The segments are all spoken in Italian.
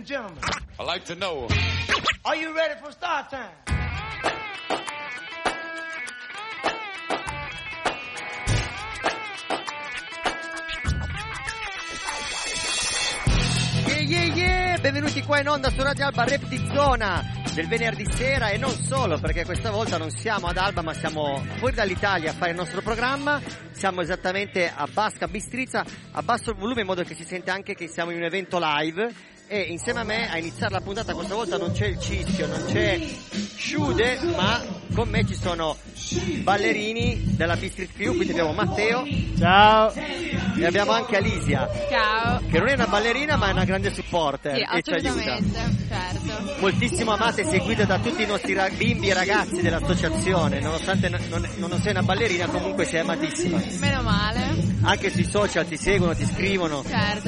and gentlemen. I like to know. Are you ready for start time? Benvenuti qua in onda su Radio Alba Rap di Zona del venerdì sera, e non solo, perché questa volta non siamo ad Alba ma siamo fuori dall'Italia a fare il nostro programma. Siamo esattamente a Basca Bistrizza, a basso volume, in modo che si sente anche che siamo in un evento live. E insieme a me a iniziare la puntata questa volta non c'è il Cischio, non c'è Sciude, ma con me ci sono ballerini della B-Street Crew. Quindi abbiamo Matteo, ciao, e abbiamo anche Alisia, ciao, che non è una ballerina ma è una grande supporter, sì, e ci aiuta. Certo. Moltissimo amata e seguita da tutti i nostri bimbi e ragazzi dell'associazione, nonostante non sei una ballerina, comunque sei amatissima. Meno male. Anche sui social ti seguono, ti scrivono. Certo.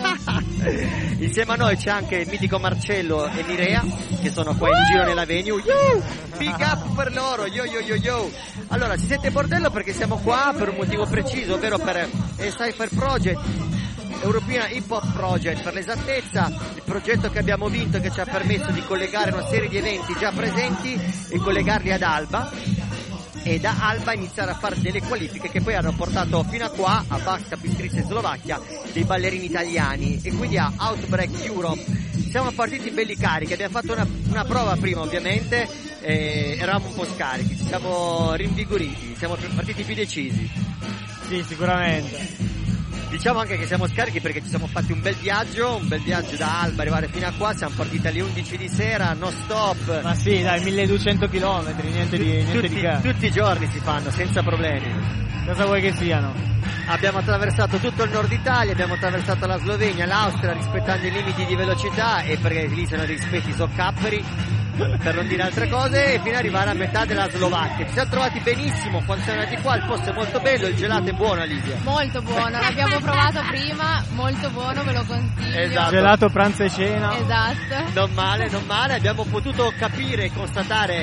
Insieme a noi c'è anche il mitico Marcello e Mirea, che sono qua in giro nella venue. Yo! Big up per loro, yo. Allora, si sente bordello perché siamo qua per un motivo preciso, ovvero per Cypher Project, European Hip Hop Project, per l'esattezza, il progetto che abbiamo vinto, che ci ha permesso di collegare una serie di eventi già presenti e collegarli ad Alba, e da Alba iniziare a fare delle qualifiche che poi hanno portato fino a qua, a Basca Bistrizza in Slovacchia, dei ballerini italiani, e quindi a Outbreak Europe. Siamo partiti belli carichi, abbiamo fatto una prova prima ovviamente, eravamo un po' scarichi, ci siamo rinvigoriti, siamo partiti più decisi. Sì, sicuramente. Diciamo anche che siamo scarichi perché ci siamo fatti un bel viaggio da Alba, arrivare fino a qua. Siamo partiti alle 11 di sera, no stop. Ma sì, dai, 1200 km, niente di che. Tutti i giorni si fanno, senza problemi. Cosa vuoi che siano? Abbiamo attraversato tutto il nord Italia, abbiamo attraversato la Slovenia, l'Austria, rispettando i limiti di velocità, e perché lì sono dei rispetti soccapperi, per non dire altre cose, e fino ad arrivare a metà della Slovacchia. Ci siamo trovati benissimo quando siamo andati qua, il posto è molto bello, il gelato è buono, Alisia. Molto buono, l'abbiamo provato prima, molto buono, ve lo consiglio. Esatto. Gelato, pranzo e cena. Esatto. Non male, abbiamo potuto capire e constatare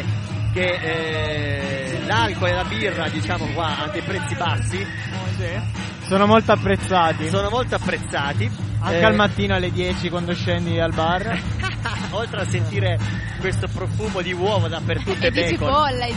che l'alcol e la birra, diciamo qua, hanno dei prezzi bassi. Sono molto apprezzati. Anche al mattino alle 10 quando scendi al bar. Oltre a sentire questo profumo di uovo dappertutto, e di cipolla.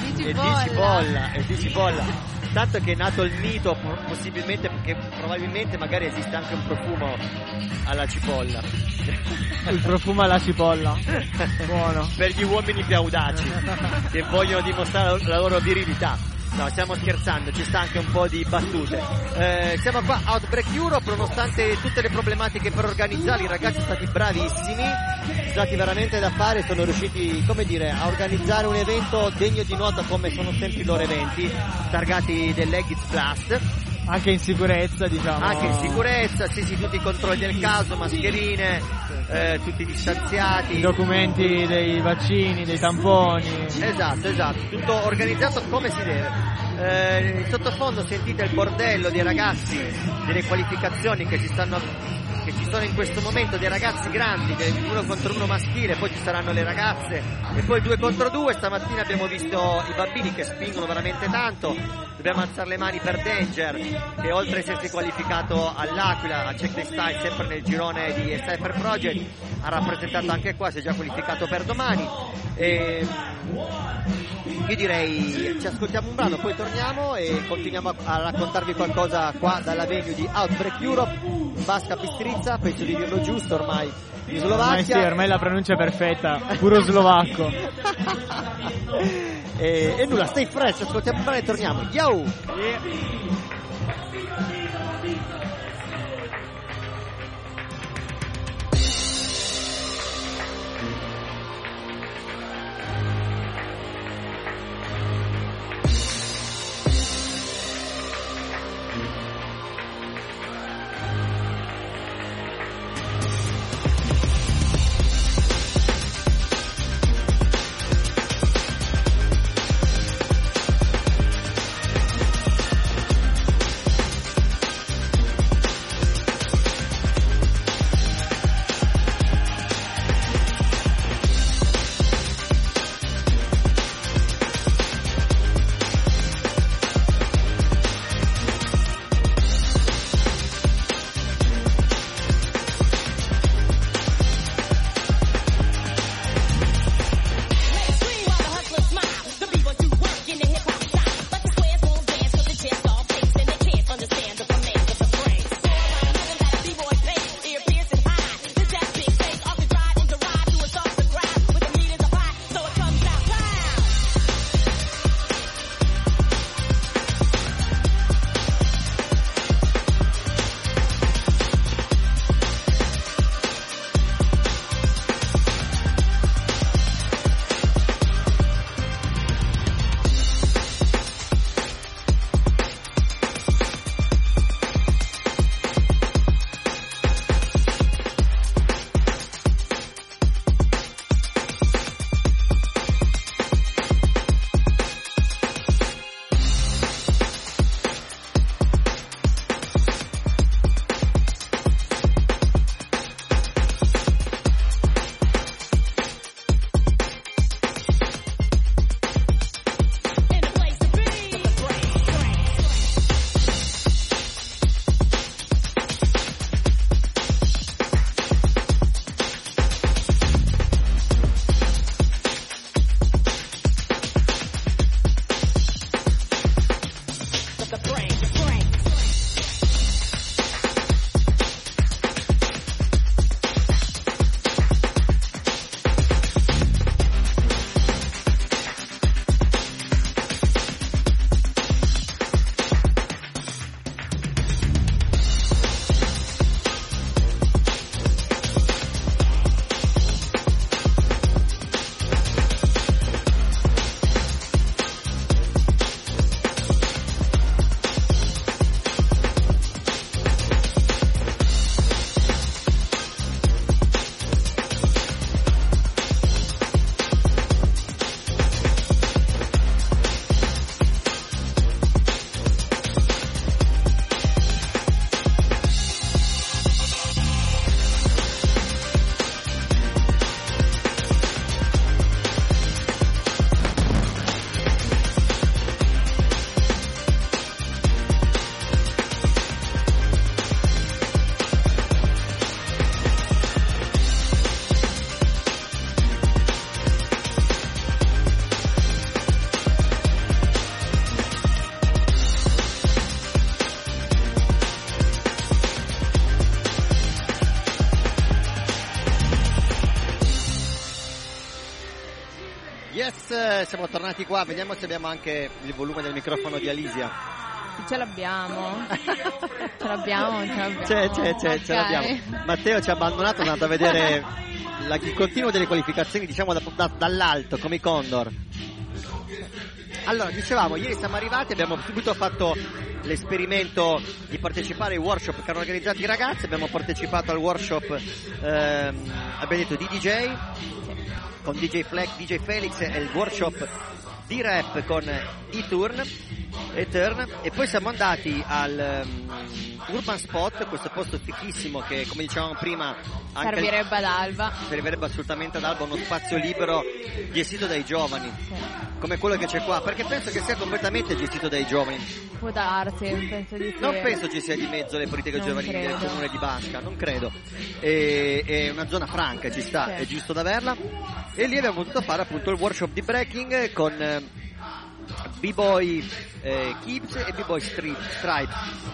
E di cipolla. Tanto che è nato il mito, possibilmente, perché probabilmente magari esiste anche un profumo alla cipolla. Il profumo alla cipolla. Buono. Per gli uomini più audaci che vogliono dimostrare la loro virilità. No, stiamo scherzando, ci sta anche un po' di battute. Siamo qua a Outbreak Europe, nonostante tutte le problematiche per organizzarli, i ragazzi sono stati bravissimi, sono stati veramente da fare, sono riusciti, come dire, a organizzare un evento degno di nota, come sono sempre i loro eventi, targati dell'Egits Blast. Anche in sicurezza, diciamo. Anche in sicurezza, sì, tutti i controlli del caso, mascherine, tutti distanziati. I documenti dei vaccini, dei tamponi. Esatto, tutto organizzato come si deve. In sottofondo sentite il bordello dei ragazzi, delle qualificazioni che ci sono in questo momento, dei ragazzi grandi, uno contro uno maschile, poi ci saranno le ragazze, e poi 2 contro 2. Stamattina abbiamo visto i bambini che spingono veramente tanto. Dobbiamo alzare le mani per Danger, che oltre a essersi qualificato all'Aquila, a Check the Style, sempre nel girone di Cypher Project, ha rappresentato anche qua, si è già qualificato per domani. E io direi ci ascoltiamo un brano, poi torniamo e continuiamo a raccontarvi qualcosa qua dalla venue di Outbreak Europe, Basca Bistrizza, penso di dirlo giusto ormai, in Slovacchia. Ormai la pronuncia è perfetta, puro slovacco. E nulla, stay fresh, ascoltiamo un brano e torniamo. Yo! Yeah. siamo tornati qua, vediamo se abbiamo anche il volume del microfono di Alisia. Ce l'abbiamo. Ce l'abbiamo. Matteo ci ha abbandonato, è andato a vedere il continuo delle qualificazioni, diciamo dall'alto, come i Condor. Allora, dicevamo, ieri siamo arrivati, abbiamo subito fatto l'esperimento di partecipare ai workshop che hanno organizzato i ragazzi. Abbiamo partecipato al workshop, abbiamo detto di DJ con DJ Felix, e il workshop di rap con E-Turn, e poi siamo andati al Urban Spot, questo posto fichissimo che, come dicevamo prima, anche servirebbe assolutamente ad Alba uno spazio libero gestito dai giovani, come quello che c'è qua, perché penso che sia completamente gestito dai giovani. Può darsi, penso di sì. Non penso ci sia di mezzo le politiche giovanili del comune di Basca, non credo. È una zona franca, ci sta, è giusto da averla. E lì abbiamo potuto fare appunto il workshop di breaking con B-Boy Kids e B-Boy Stripes.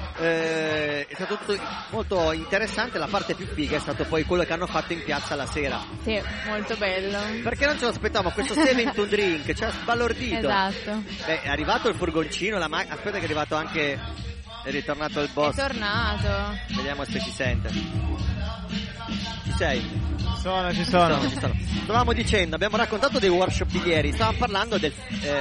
È stato tutto molto interessante. La parte più figa è stato poi quello che hanno fatto in piazza la sera. Sì, molto bello. Perché non ce lo aspettavamo, questo 7 to Drink ci ha sbalordito. Esatto. Beh, è arrivato il furgoncino, aspetta che è arrivato anche, è ritornato il boss. È tornato. Vediamo se ci sente. Ci sei? Ci sono. Stavamo dicendo, abbiamo raccontato dei workshop di ieri, stavamo parlando del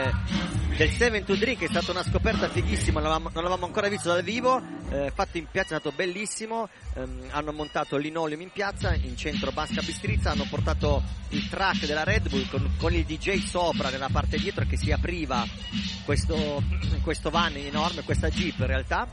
7 to Drink, è stata una scoperta fighissima, non l'avevamo ancora visto dal vivo, fatto in piazza, è stato bellissimo. Hanno montato l'Inoleum in piazza, in centro Basca Bistrizza, hanno portato il track della Red Bull con il DJ sopra nella parte dietro, che si apriva questo van enorme, questa Jeep in realtà.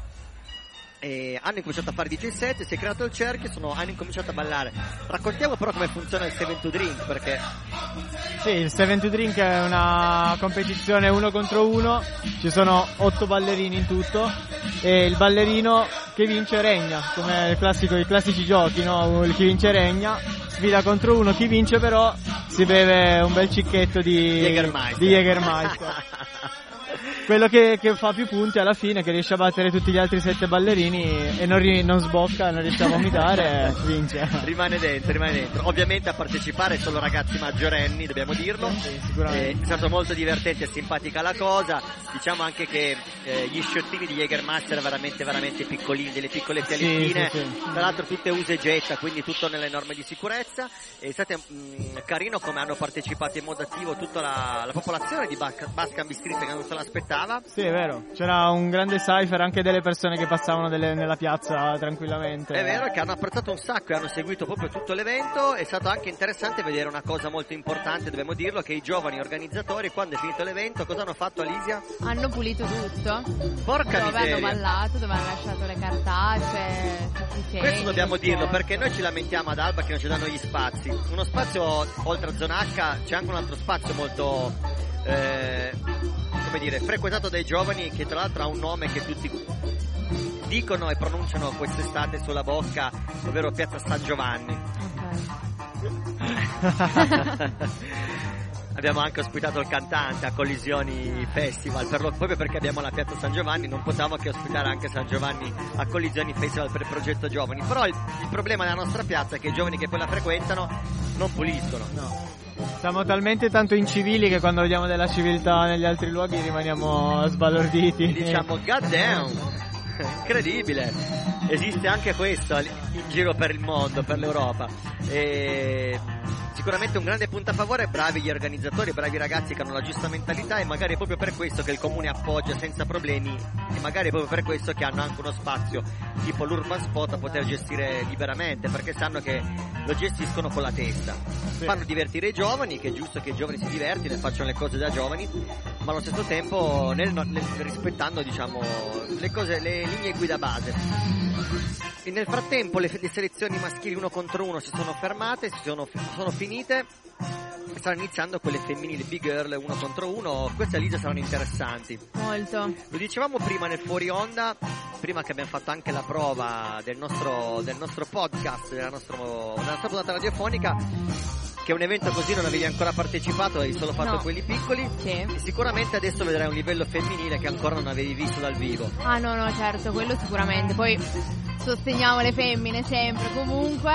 E hanno incominciato a fare DJ set, si è creato il cerchio, hanno incominciato a ballare. Raccontiamo però come funziona il 7 to Drink, perché sì, il 7 to Drink è una competizione 1 contro 1, ci sono 8 ballerini in tutto e il ballerino che vince regna, come i classici giochi, no? Chi vince regna, sfida contro uno, chi vince però si beve un bel cicchetto di Jägermeister. Quello che fa più punti alla fine, che riesce a battere tutti gli altri 7 ballerini e non sbocca, non riesce a vomitare, vince. Rimane dentro. Ovviamente a partecipare solo ragazzi maggiorenni, dobbiamo dirlo. Sì, sicuramente. È stato molto divertente e simpatica la cosa. Diciamo anche che gli sciottini di Jägermeister veramente veramente piccolini, delle piccole fialettine, sì. Tra l'altro tutte usa e getta, quindi tutto nelle norme di sicurezza. È stato carino come hanno partecipato in modo attivo tutta la popolazione di Basca Bistrizza, che non se l'aspettava. Sì, è vero, c'era un grande cypher, anche delle persone che passavano nella piazza tranquillamente. È vero, che hanno apprezzato un sacco e hanno seguito proprio tutto l'evento. È stato anche interessante vedere una cosa molto importante, dobbiamo dirlo, che i giovani organizzatori, quando è finito l'evento, cosa hanno fatto, Alisia? Hanno pulito tutto. Porca dove miseria. Hanno ballato, dove hanno lasciato le cartacee, tutti i Questo dobbiamo dirlo, perché noi ci lamentiamo ad Alba che non ci danno gli spazi. Uno spazio oltre a zona H, c'è anche un altro spazio molto frequentato dai giovani, che tra l'altro ha un nome che tutti dicono e pronunciano quest'estate sulla bocca, ovvero Piazza San Giovanni. Okay. Abbiamo anche ospitato il cantante a Collisioni Festival, proprio perché abbiamo la Piazza San Giovanni, non potevamo che ospitare anche San Giovanni a Collisioni Festival per il progetto Giovani. Però il problema della nostra piazza è che i giovani che poi la frequentano non puliscono. No. Siamo talmente tanto incivili che quando vediamo della civiltà negli altri luoghi rimaniamo sbalorditi. E diciamo god damn, incredibile, esiste anche questo in giro per il mondo, per l'Europa. E sicuramente un grande punto a favore, bravi gli organizzatori, bravi ragazzi che hanno la giusta mentalità, e magari è proprio per questo che il comune appoggia senza problemi, e magari è proprio per questo che hanno anche uno spazio tipo l'Urban Spot a poter gestire liberamente, perché sanno che lo gestiscono con la testa. Sì. Fanno divertire i giovani, che è giusto che i giovani si divertino e facciano le cose da giovani, ma allo stesso tempo rispettando, diciamo, le linee guida base. E nel frattempo le selezioni maschili 1 contro 1 si sono fermate, sono finite, stanno iniziando quelle femminili Big Girl 1 contro 1. Queste, Elisa, saranno interessanti. Molto. Lo dicevamo prima nel fuori onda, prima che abbiamo fatto anche la prova del nostro podcast, della nostra puntata radiofonica, che un evento così non avevi ancora partecipato, avevi solo fatto quelli piccoli. Sì. E sicuramente adesso vedrai un livello femminile che ancora non avevi visto dal vivo. Ah no, certo, quello sicuramente. Poi sosteniamo le femmine sempre, comunque.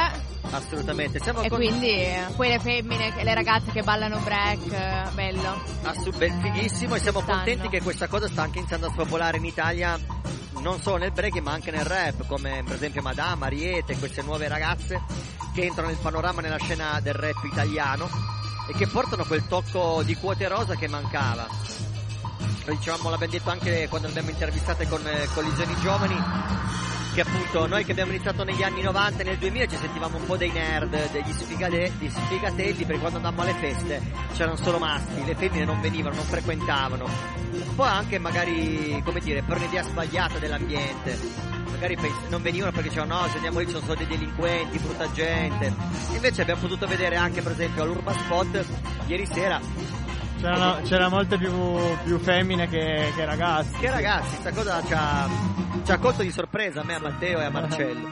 Assolutamente. Siamo E quindi poi le femmine, le ragazze che ballano break, bello. fighissimo, e siamo Stanno. contenti che questa cosa sta anche iniziando a spopolare in Italia, non solo nel break ma anche nel rap, come per esempio Madame, Ariete, queste nuove ragazze che entrano nel panorama, nella scena del rap italiano e che portano quel tocco di quote rosa che mancava. Lo dicevamo, l'abbiamo detto anche quando abbiamo intervistate con Collisioni Giovani, che appunto noi che abbiamo iniziato negli anni 90 e nel 2000 ci sentivamo un po' dei nerd, degli sfigatelli, perché quando andavamo alle feste c'erano solo maschi, le femmine non venivano, non frequentavano, un po' anche magari, come dire, per un'idea sbagliata dell'ambiente, magari non venivano perché dicevano no, se andiamo lì ci sono solo dei delinquenti, brutta gente. Invece abbiamo potuto vedere anche per esempio all'Urban Spot ieri sera C'era molte più femmine che ragazzi. Che ragazzi, sta cosa ci ha colto di sorpresa a me, a Matteo e a Marcello.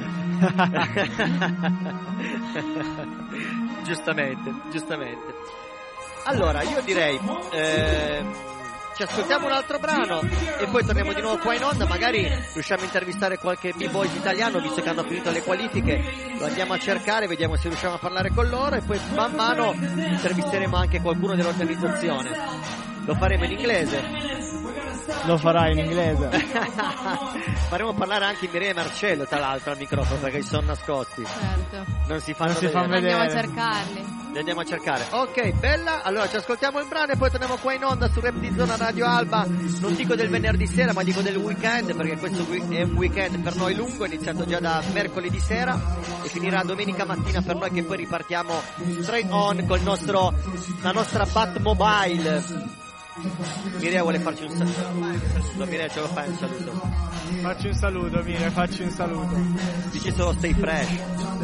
Giustamente. Allora, io direi ci ascoltiamo un altro brano e poi torniamo di nuovo qua in onda. Magari riusciamo a intervistare qualche b-boy italiano, visto che hanno finito le qualifiche, lo andiamo a cercare, vediamo se riusciamo a parlare con loro, e poi man mano intervisteremo anche qualcuno dell'organizzazione. Lo faremo in inglese. Lo farai in inglese. Faremo parlare anche Mireia e Marcello, tra l'altro, al microfono, perché si sono nascosti. Certo. Non si fanno vedere. Andiamo a cercarli. Li andiamo a cercare. Ok, bella. Allora ci ascoltiamo il brano e poi torniamo qua in onda su Rap di Zona Radio Alba. Non dico del venerdì sera, ma dico del weekend, perché questo è un weekend per noi lungo, è iniziato già da mercoledì sera e finirà domenica mattina per noi, che poi ripartiamo straight on con la nostra Batmobile. Mireia vuole farci un saluto. Mireia, ce lo fai un saluto? Facci un saluto, Mireia, facci un saluto. Dici solo stay fresh.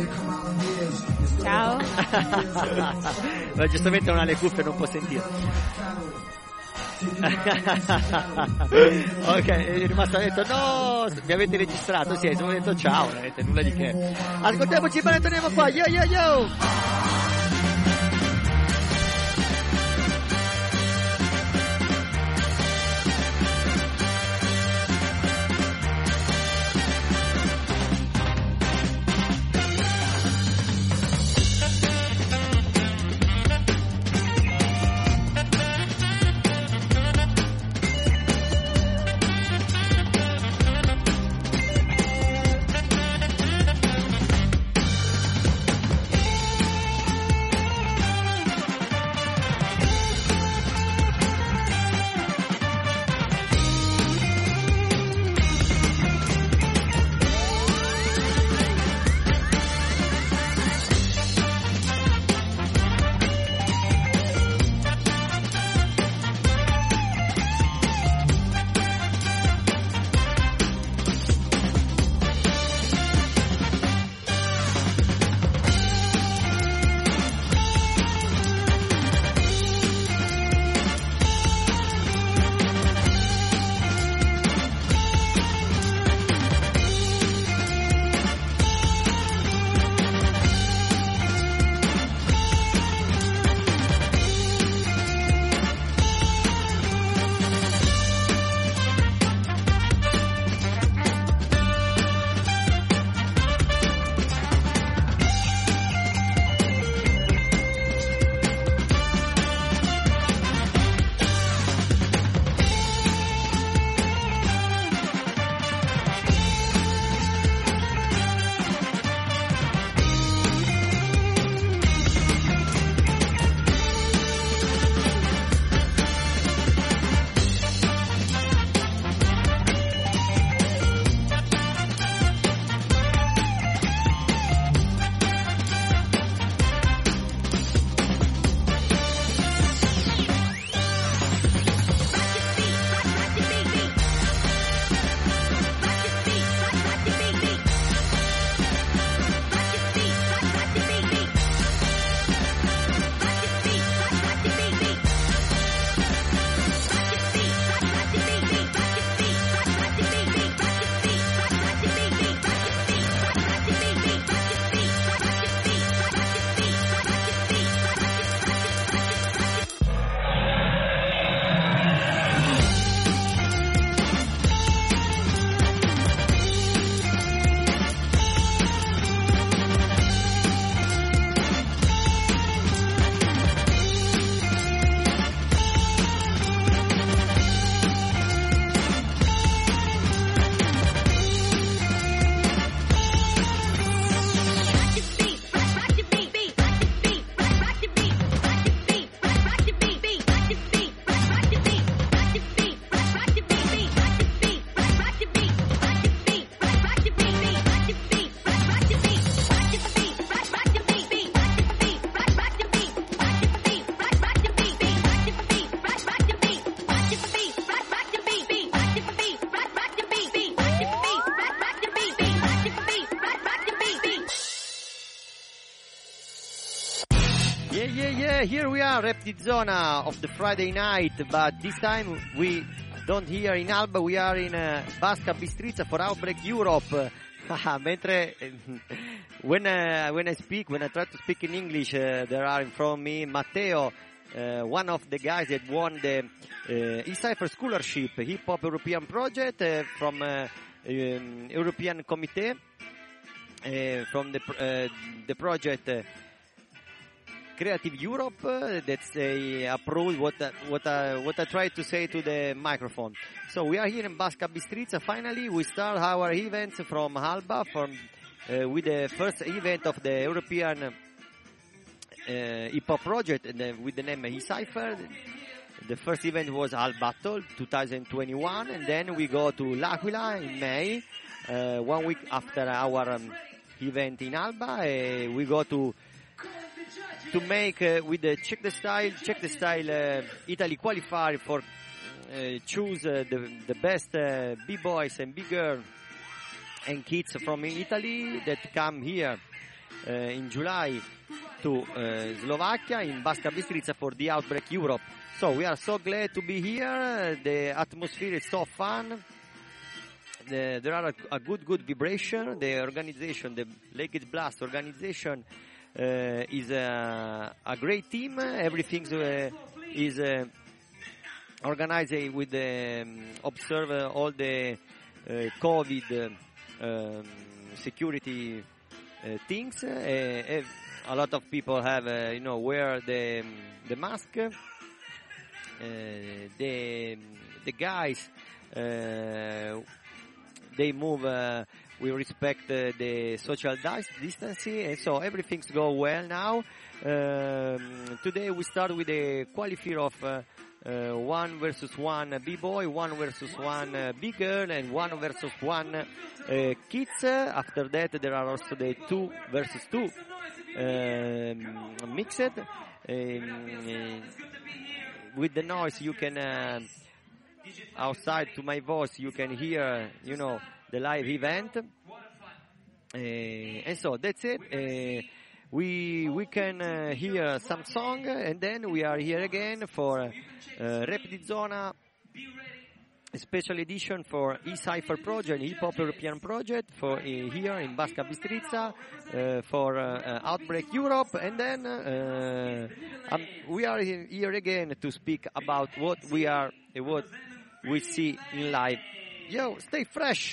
Ciao. Ma giustamente non ha le cuffie, non può sentire. Ok, è rimasto, ha detto no, mi avete registrato? Sì, sono detto ciao, non avete nulla di che. Ascoltiamoci, ma ne torniamo qua. Yo yo yo. here we are, Rap di Zona of the Friday night, but this time we don't here in Alba, we are in Basca Bistrica for Outbreak Europe. Mentre when I try to speak in English, there are in front of me Matteo, one of the guys that won the E-Cypher Scholarship Hip Hop European Project from European Committee, from the project Creative Europe, that they approved what I tried to say to the microphone. So we are here in Basca Bistrica. Finally, we start our events from Alba with the first event of the European hip hop project with the name E-Cypher. The first event was Al Battle 2021, and then we go to L'Aquila in May, 1 week after our event in Alba. We go to make with the Check the Style Italy qualifier for choose the best b-boys and b-girls and kids from Italy that come here in July to Slovakia in Basca Bistrica for the Outbreak Europe. So we are so glad to be here. The atmosphere is so fun. There are a good vibration. The organization, the Legged Blast organization, is a great team. Everything is organized with observe all the COVID security things. A lot of people have wear the mask. The guys they move. We respect the social distancing, and so everything's go well now. Today we start with a qualifier of 1 versus 1 b-boy, 1 versus 1 b-girl, and 1 versus 1 kids. After that there are also the 2 versus 2 mixed. With the noise you can outside to my voice you can hear the live event, and so that's it. We can hear some song, and then we are here again for Rap di Zona special edition for E-Cypher project, Hip Hop European project for here in Basca Bistrica for Outbreak Europe, and then we are here again to speak about what we see in live. Yo, stay fresh!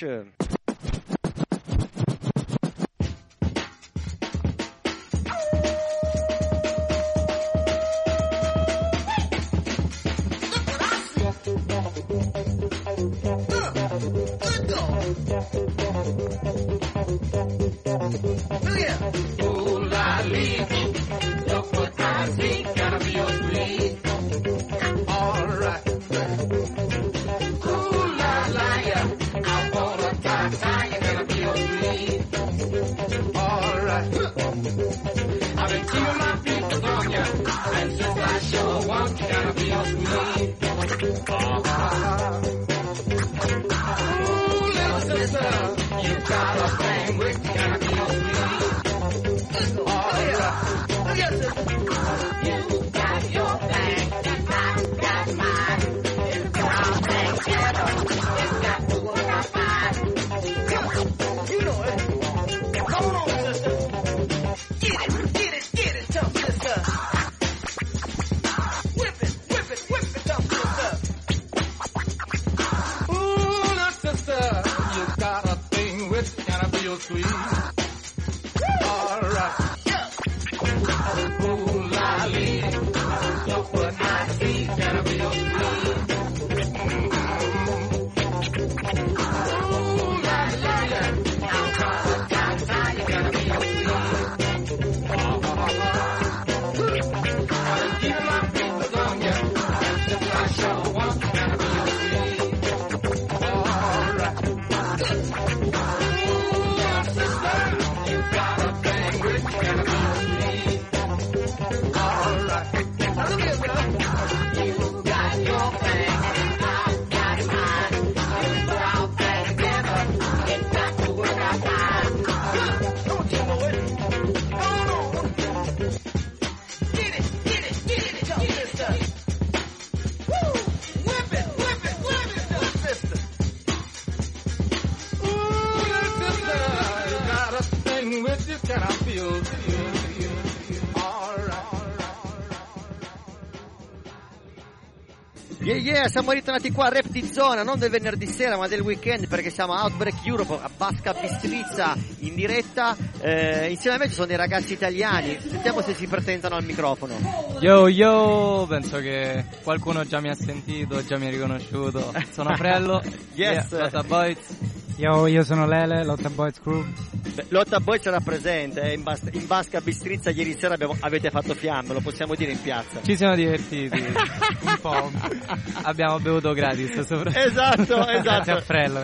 Siamo ritornati qua a Rap di Zona, non del venerdì sera ma del weekend, perché siamo a Outbreak Europe a Basca Bistrizza in diretta. Insieme a me ci sono dei ragazzi italiani, sentiamo se si presentano al microfono. Yo, penso che qualcuno già mi ha sentito, già mi ha riconosciuto. Sono Frello, Yes. Lotta Boys. Io sono Lele, Lotta Boys Crew. Lotta Boys era presente in Basca Bistrizza ieri sera, avete fatto fiamme, lo possiamo dire in piazza. Ci siamo divertiti un po'. Abbiamo bevuto gratis sopra. Esatto. Grazie a Frello.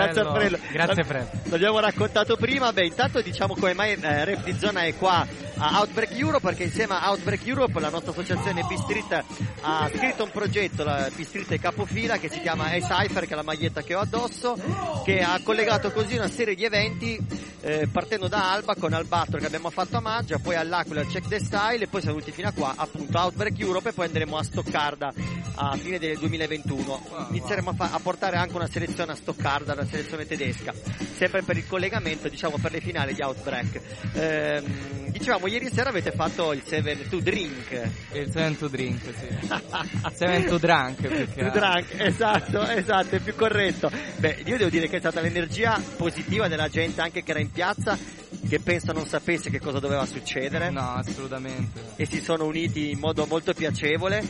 Grazie Frello. L'abbiamo raccontato prima. Intanto diciamo come mai Rap di Zona è qua a Outbreak Europe, perché insieme a Outbreak Europe la nostra associazione B-Street ha scritto un progetto, la B-Street è capofila, che si chiama E-Cypher, che è la maglietta che ho addosso, che ha collegato così una serie di eventi partendo da Alba con Albatro che abbiamo fatto a Maggia, poi all'Aquila Check the Style e poi siamo venuti fino a qua appunto a Outbreak Europe, e poi andremo a Stoccarda a fine del 2021. Inizieremo a portare anche una selezione a Stoccarda, la selezione tedesca, sempre per il collegamento, diciamo, per le finali di Outbreak. Dicevamo, ieri sera avete fatto il 7 to Drink. Il 7 to Drink, sì. 7 to Drunk, perché to Drunk, esatto, è più corretto. Beh, io devo dire che è stata l'energia positiva della gente anche che era in piazza, che penso non sapesse che cosa doveva succedere. No, assolutamente. E si sono uniti in modo molto piacevole.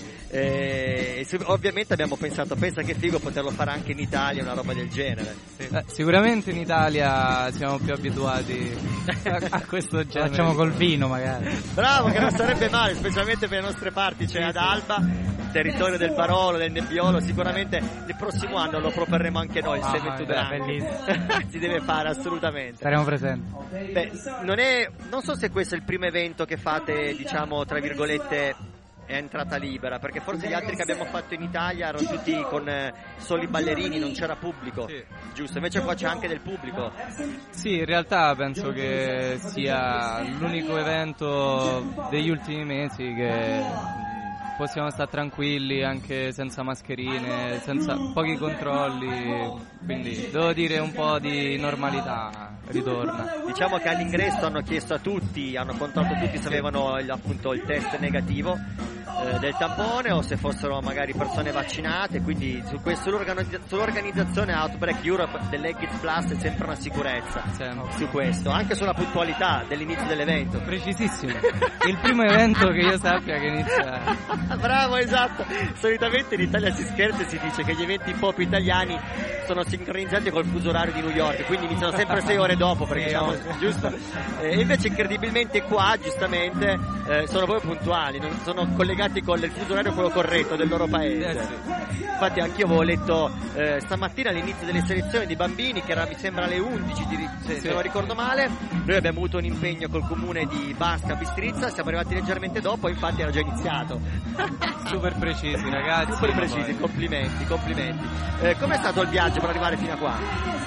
Ovviamente abbiamo pensato, pensa che figo poterlo fare anche in Italia, una roba del genere. Sì. Sicuramente in Italia siamo più abituati a questo genere. Facciamo col vino magari. Bravo, che non sarebbe male, specialmente per le nostre parti, cioè ad Alba, territorio del Barolo, del Nebbiolo. Sicuramente il prossimo anno lo proporremo anche noi, il 7 to Drunk. Si deve fare assolutamente. Saremo presenti. Beh, non so se questo è il primo evento che fate, diciamo, tra virgolette, è entrata libera, perché forse gli altri che abbiamo fatto in Italia erano tutti con soli ballerini, non c'era pubblico, sì. Giusto? Invece qua c'è anche del pubblico. Sì, in realtà penso che sia l'unico evento degli ultimi mesi che possiamo stare tranquilli anche senza mascherine, senza pochi controlli, quindi devo dire un po' di normalità ritorna. Diciamo che all'ingresso hanno chiesto a tutti, hanno controllato tutti se avevano appunto il test negativo del tampone o se fossero magari persone vaccinate, quindi sull'organizzazione Outbreak Europe dell'Egit Plus è sempre una sicurezza su questo, anche sulla puntualità dell'inizio dell'evento. Precisissimo, il primo evento che io sappia che inizia. Bravo, esatto. Solitamente in Italia si scherza e si dice che gli eventi pop italiani sono sincronizzati col fuso orario di New York, quindi iniziano sempre 6 ore dopo, perché diciamo, giusto? Invece incredibilmente qua, giustamente, sono proprio puntuali, non sono collegati con il fuso orario quello corretto del loro paese. Sì. Infatti anche io avevo letto stamattina all'inizio delle selezioni di bambini, che era mi sembra alle 11 se non ricordo male. Noi abbiamo avuto un impegno col comune di Basca Bistrizza, siamo arrivati leggermente dopo, infatti era già iniziato. Super precisi ragazzi, super precisi, complimenti. Com'è stato il viaggio per arrivare fino a qua?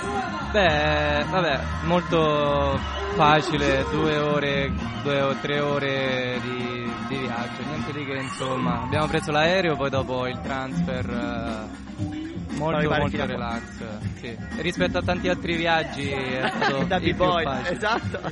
Beh, vabbè, molto facile, 2 o 3 ore di viaggio, niente di che, insomma. Abbiamo preso l'aereo, poi dopo il transfer, molto relax, sì. Rispetto a tanti altri viaggi è stato da il B-boy. più facile.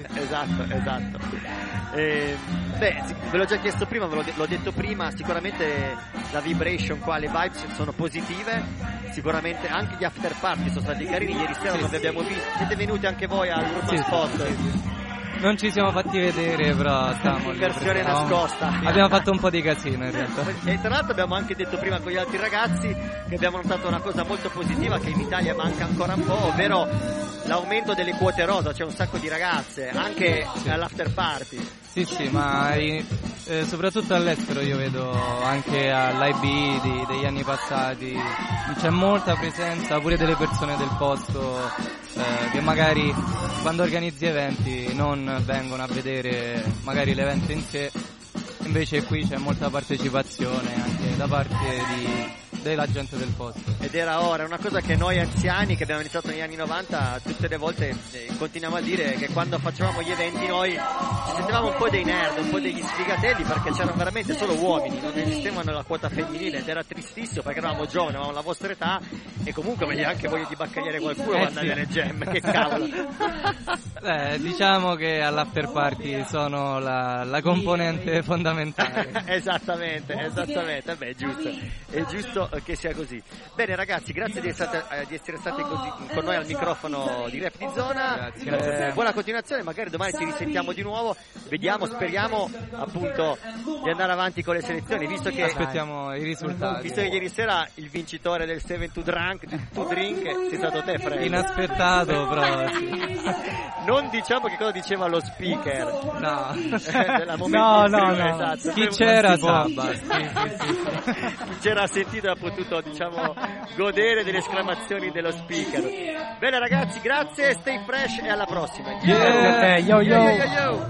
Esatto. Ve l'ho già chiesto prima, l'ho detto prima, sicuramente la vibration qua, le vibes sono positive, sicuramente anche gli after party sono stati carini, ieri sera non vi abbiamo visto, siete venuti anche voi al gruppo spot. Sì. Non ci siamo fatti vedere, però stavamo in versione nascosta. Abbiamo fatto un po' di casino in realtà. E tra l'altro abbiamo anche detto prima con gli altri ragazzi che abbiamo notato una cosa molto positiva che in Italia manca ancora un po', ovvero l'aumento delle quote rosa, c'è un sacco di ragazze anche all'after party. Sì, ma soprattutto all'estero io vedo anche all'IB degli anni passati, c'è molta presenza pure delle persone del posto che magari quando organizzi eventi non vengono a vedere magari l'evento in sé, invece qui c'è molta partecipazione anche da parte della gente del posto. Ed era ora, una cosa che noi anziani che abbiamo iniziato negli anni 90 tutte le volte continuiamo a dire, che quando facevamo gli eventi noi ci sentivamo un po' dei nerd, un po' degli sfigatelli, perché c'erano veramente solo uomini, non esistevano la quota femminile ed era tristissimo perché eravamo giovani, avevamo la vostra età E comunque avevi anche voglia di baccagliare qualcuno quando andavi alle jam, che cavolo. Diciamo che all'after party sono la componente fondamentale. Esattamente. Beh, è giusto che sia così. Bene ragazzi, grazie di essere stati con noi al microfono di Rap di Zona. Grazie. Buona continuazione, magari domani ci risentiamo di nuovo. Vediamo, speriamo appunto di andare avanti con le selezioni, visto che aspettiamo i risultati. Visto che ieri sera il vincitore del 7 to Drink sei stato te, Fred. Inaspettato, però sì. Non diciamo che cosa diceva lo speaker. No. No. Esatto. Chi c'era sa. Chi c'era sentito ha potuto, diciamo, godere delle esclamazioni dello speaker. Bene ragazzi, grazie, stay fresh e alla prossima. Yeah. Yo.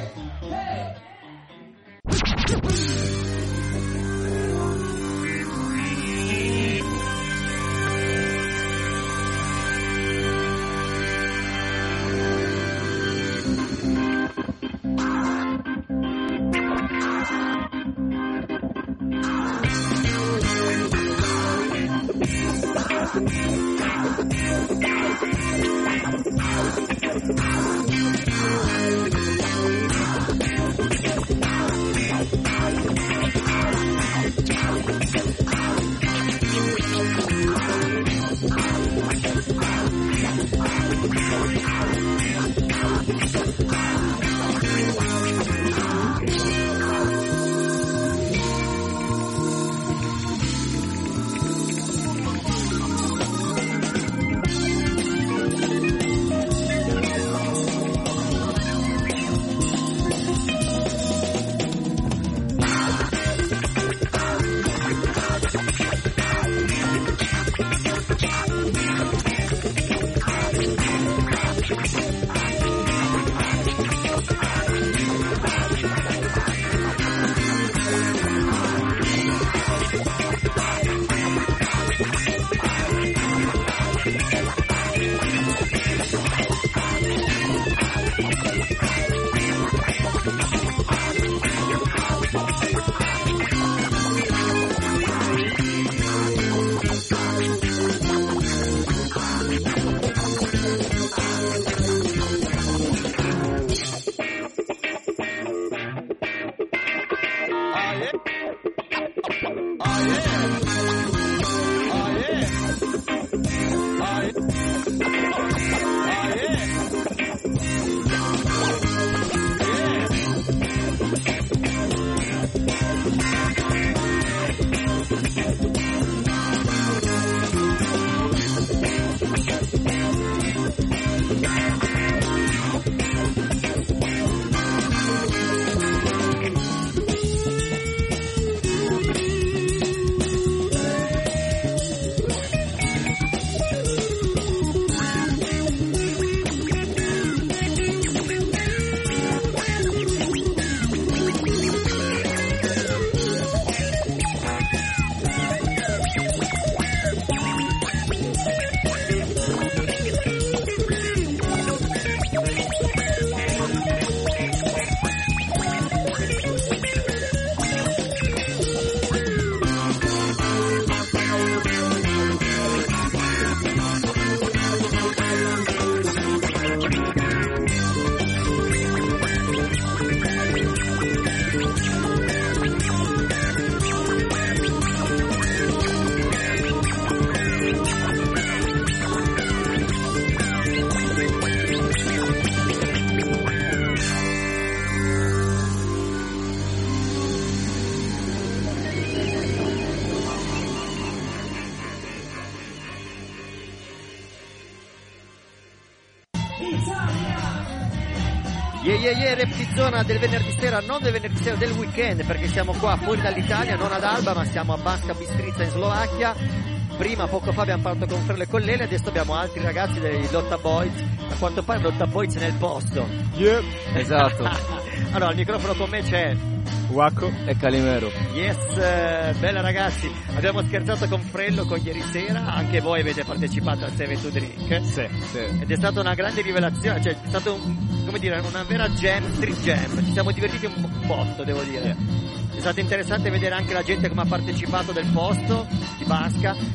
Rap di Zona del venerdì sera, non del venerdì sera, del weekend, perché siamo qua fuori dall'Italia, non ad Alba, ma siamo a Banská Bystrica in Slovacchia. Prima, poco fa, abbiamo parlato con Frello e con Lele, adesso abbiamo altri ragazzi dei Lotta Boys. A quanto pare Lotta Boys nel posto. Yeah. Esatto. Allora, al microfono con me c'è Wacco e Calimero. Yes, bella ragazzi, abbiamo scherzato con Frello con ieri sera, anche voi avete partecipato al 7 to Drink. Sì. Ed è stata una grande rivelazione, cioè è stato una vera jam, street jam, ci siamo divertiti un botto, devo dire. È stato interessante vedere anche la gente come ha partecipato del posto di Banská.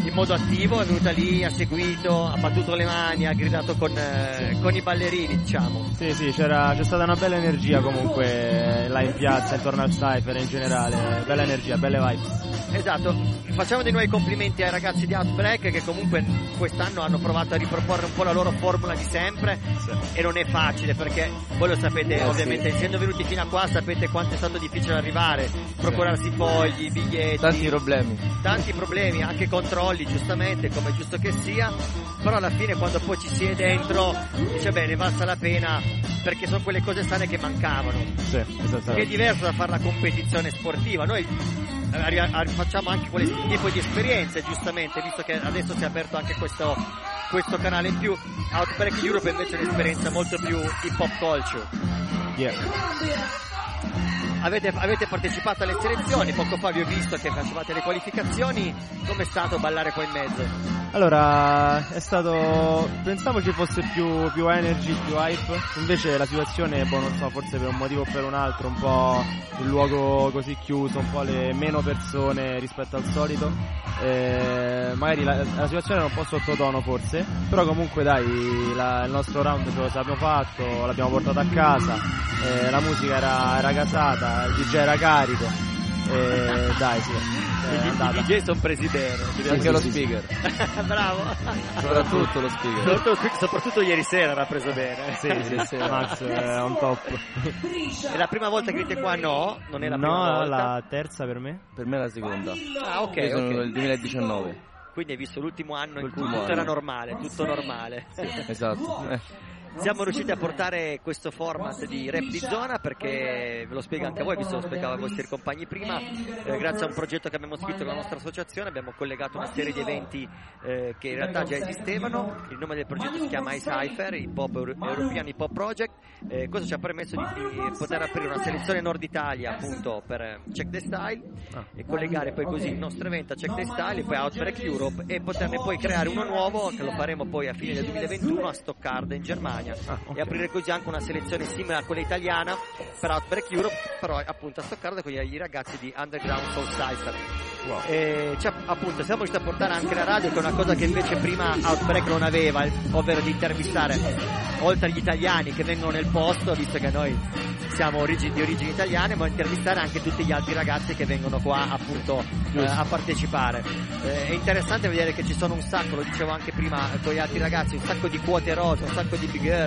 in modo attivo, è venuta lì, ha seguito, ha battuto le mani, ha gridato con i ballerini, diciamo. Sì, c'è stata una bella energia comunque là in piazza, intorno al Cypher in generale, bella energia, belle vibes. Esatto, facciamo dei nuovi complimenti ai ragazzi di Outbreak che comunque quest'anno hanno provato a riproporre un po' la loro formula di sempre, e non è facile perché voi lo sapete, ovviamente essendo venuti fino a qua sapete quanto è stato difficile arrivare, procurarsi fogli, biglietti, tanti problemi, anche controlli, giustamente, come è giusto che sia, però alla fine quando poi ci si è dentro dice bene, valsa la pena, perché sono quelle cose sane che mancavano, che è diverso da fare la competizione sportiva. Noi facciamo anche quel tipo di esperienze, giustamente, visto che adesso si è aperto anche questo canale in più. Outbreak Europe invece è un'esperienza molto più hip hop culture. Avete partecipato alle selezioni, poco fa vi ho visto che facevate le qualificazioni, com'è stato ballare qua in mezzo? Allora, è stato, pensavo ci fosse più energy, più hype, invece la situazione, non so, forse per un motivo o per un altro, un po' il luogo così chiuso, un po' le meno persone rispetto al solito, magari la situazione era un po' sottotono forse, però comunque dai, il nostro round ce lo abbiamo fatto, l'abbiamo portato a casa, la musica era gasata, il DJ era carico, dai sì. I DJ sono presi bene, anche lo speaker. Bravo. Soprattutto lo speaker. Soprattutto ieri sera l'ha preso bene. Sì, Max è un top. È la prima volta che venite qua? No, non è la prima volta. La terza per me. Per me è la seconda. Ah, ok. Io sono del 2019. Quindi hai visto l'ultimo anno in cui tutto era normale, tutto normale. Sì, esatto. Siamo riusciti a portare questo format di rap di zona perché ve lo spiego anche a voi, visto che lo spiegavo ai vostri compagni prima, grazie a un progetto che abbiamo scritto con la nostra associazione abbiamo collegato una serie di eventi che in realtà già esistevano. Il nome del progetto si chiama iCypher, European Hip Hop Project. Questo ci ha permesso di poter aprire una selezione Nord Italia appunto per Check the Style e collegare poi così il nostro evento a Check the Style e poi Outbreak Europe e poterne poi creare uno nuovo che lo faremo poi a fine del 2021 a Stoccarda in Germania. E aprire così anche una selezione simile a quella italiana per Outbreak Europe, però appunto a Stoccarda con i ragazzi di Underground Soul Cypher. Appunto siamo riusciti a portare anche la radio, che è una cosa che invece prima Outbreak non aveva, ovvero di intervistare oltre agli italiani che vengono nel posto, visto che noi siamo di origini italiane, ma intervistare anche tutti gli altri ragazzi che vengono qua appunto a partecipare. È interessante vedere che ci sono un sacco, lo dicevo anche prima con gli altri ragazzi, un sacco di quote rosa, un sacco di big girl.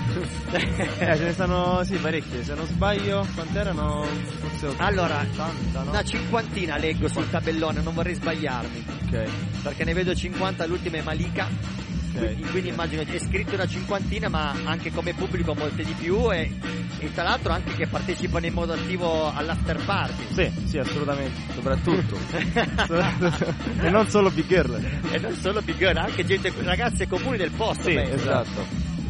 Ce ne stanno parecchie, se non sbaglio quant'erano? Allora, 80, no? una cinquantina leggo sul tabellone, non vorrei sbagliarmi, perché ne vedo 50, l'ultima è Malika. Quindi immagino è scritto una cinquantina, ma anche come pubblico molte di più e tra l'altro anche che partecipano in modo attivo all'after party. Sì, assolutamente, soprattutto. E non solo big girl. Anche gente, ragazze comuni del posto. Sì, esatto.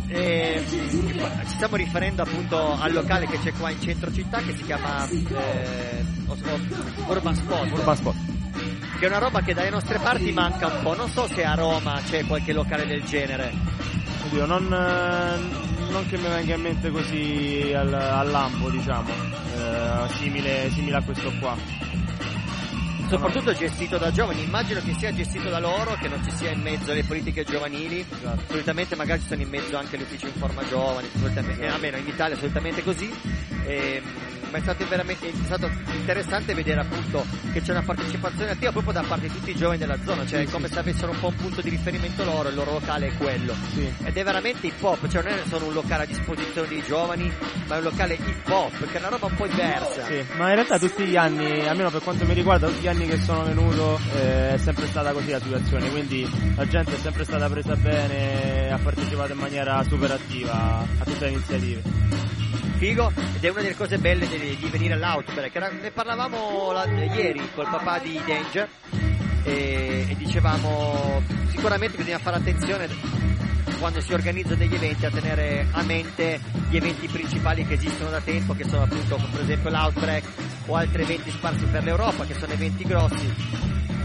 Ci stiamo riferendo appunto al locale che c'è qua in centro città che si chiama Urban Spot. Che è una roba che dalle nostre parti manca un po'. Non so se a Roma c'è qualche locale del genere. Oddio, non che mi venga in mente così al lampo, diciamo, simile a questo qua. Soprattutto gestito da giovani, immagino che sia gestito da loro, che non ci sia in mezzo alle politiche giovanili. Esatto. Solitamente magari ci sono in mezzo anche l'ufficio Informa Giovani, almeno in Italia è solitamente così. Ma è stato interessante vedere appunto che c'è una partecipazione attiva proprio da parte di tutti i giovani della zona, cioè come se avessero un po' un punto di riferimento loro, il loro locale è quello. Ed è veramente hip hop, cioè non è solo un locale a disposizione dei giovani, ma è un locale hip hop, che è una roba un po' diversa. Sì, ma in realtà tutti gli anni, almeno per quanto mi riguarda, tutti gli anni che sono venuto è sempre stata così la situazione, quindi la gente è sempre stata presa bene, ha partecipato in maniera super attiva a tutte le iniziative. Figo, ed è una delle cose belle di venire all'Outbreak. Ne parlavamo ieri col papà di Danger e dicevamo sicuramente bisogna fare attenzione quando si organizzano degli eventi a tenere a mente gli eventi principali che esistono da tempo, che sono appunto per esempio l'Outbreak o altri eventi sparsi per l'Europa, che sono eventi grossi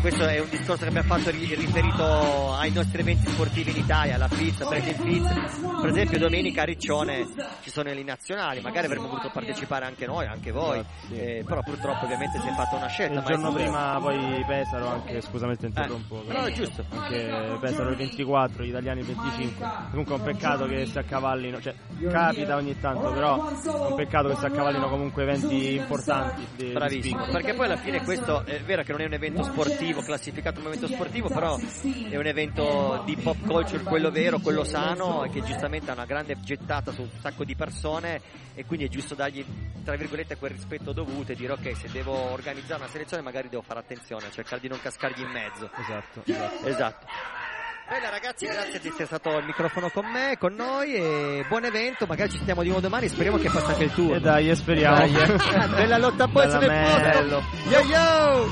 questo è un discorso che abbiamo fatto riferito ai nostri eventi sportivi in Italia, alla FIZ, per esempio domenica a Riccione ci sono le nazionali, magari avremmo voluto partecipare anche noi, anche voi, però purtroppo ovviamente si è fatta una scelta. Il giorno prima poi Pesaro anche, scusami se interrompo, però è giusto, anche Pesaro il 24, gli italiani il 25, comunque è un peccato che si accavallino, cioè capita ogni tanto, però è un peccato che si accavallino comunque eventi importanti. Bravissimo, perché poi alla fine questo è vero che non è un evento sportivo, classificato come evento sportivo, però è un evento di pop culture, quello vero, quello sano, e che giustamente ha una grande gettata su un sacco di persone, e quindi è giusto dargli, tra virgolette, quel rispetto dovuto e dire ok, se devo organizzare una selezione magari devo fare attenzione, cercare di non cascargli in mezzo. Esatto. Bene ragazzi, grazie di essere stato al microfono con me, con noi, e buon evento, magari ci sentiamo di nuovo domani, speriamo che passi anche il turno. E dai, speriamo. Bella lotta a polso del posto. Yo!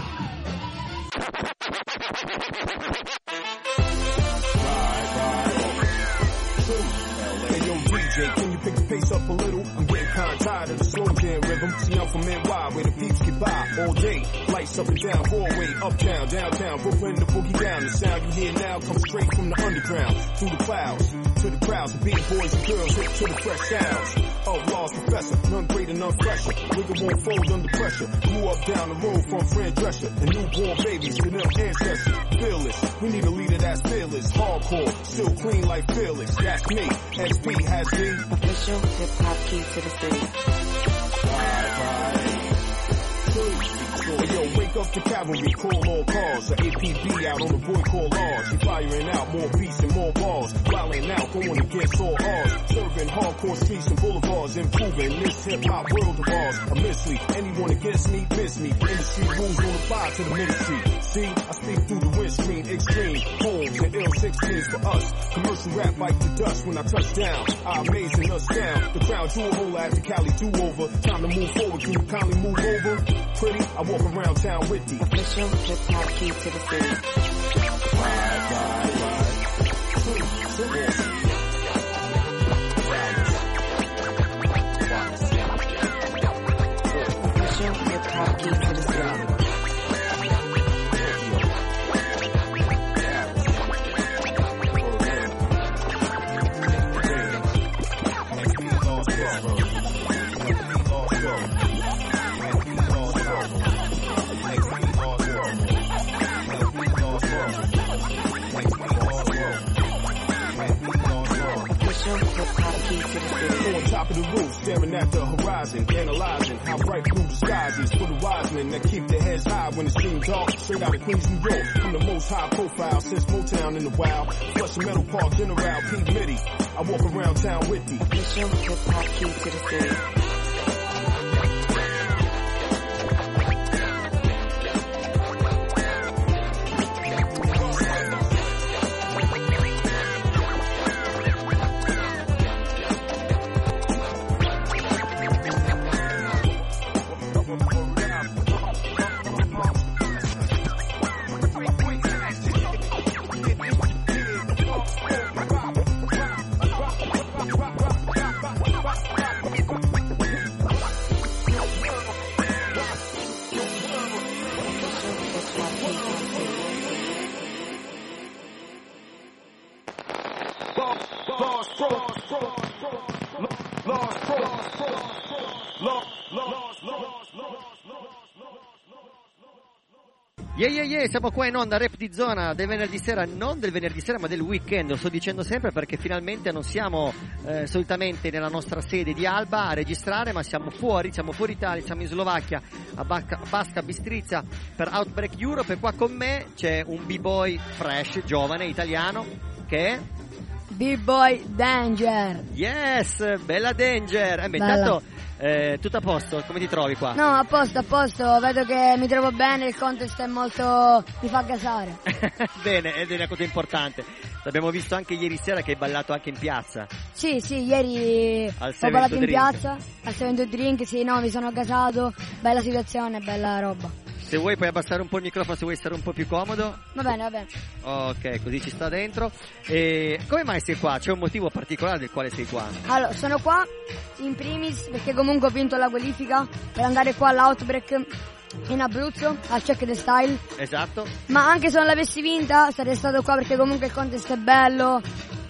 Can you pick the pace up a little? I'm getting kinda tired of the slow jam rhythm. See, I'm from NY, where the peeps get by all day. Lights up and down, Broadway, uptown, downtown, Brooklyn, the boogie down. The sound you hear now comes straight from the underground. Through the clouds, to the crowds, the beat boys and girls hip to the fresh sounds. Outlaws, professor, none greater, none fresher. Nigga won't fold under pressure. Grew up down the road from Fran Drescher. And newborn babies to them ancestors. Fearless, we need a leader that's fearless. Hardcore, still clean like Felix. That's me, SB has me. Official hip-hop key to the city. Yo, wake up the cavalry, call all cars. The APB out on the boy called Lars. He firing out more beats and more bars. Wilding out, going against all odds. Serving hardcore streets and boulevards. Improving this hip-hop world of ours. Immensely, anyone against me, miss me. Industry rules don't apply to the ministry. See, I speak through the windscreen, extreme. Homes and L16s for us. Commercial rap like the dust when I touch down. I'm amazing us down. The crowd jewel hole after Cali do-over. Time to move forward, can you kindly move over? Pretty, I walk around town with the official hip-hop key to the city. Official hip-hop key to the city. On top of the roof, staring at the horizon, analyzing how bright blue the skies is for the wise men that keep their heads high when it seems dark. Straight out of Queens, New York, I'm the most high profile since Motown in the wild. Flushing Meadow Park, General P. Mitty. I walk around town with the official hip-hop key to the city. Siamo qua in onda, Rap di Zona del venerdì sera, non del venerdì sera ma del weekend, lo sto dicendo sempre perché finalmente non siamo solitamente nella nostra sede di Alba a registrare, ma siamo fuori Italia, siamo in Slovacchia, a Baška Bystrica per Outbreak Europe, e qua con me c'è un b-boy fresh, giovane, italiano, che è B-Boy Danger. Yes, bella Danger. Intanto tutto a posto, come ti trovi qua? No, a posto, vedo che mi trovo bene, il contest è molto... mi fa gasare. Bene, ed è una cosa importante. L'abbiamo visto anche ieri sera che hai ballato anche in piazza. Sì, ieri ho ballato in piazza, al 72 Drink, sì, no, mi sono gasato, bella situazione, bella roba. Se vuoi puoi abbassare un po' il microfono, se vuoi stare un po' più comodo. Va bene. Ok, così ci sta dentro. E come mai sei qua? C'è un motivo particolare del quale sei qua? Allora, sono qua in primis perché comunque ho vinto la qualifica per andare qua all'Outbreak in Abruzzo, al Check the Style. Esatto. Ma anche se non l'avessi vinta sarei stato qua perché comunque il contest è bello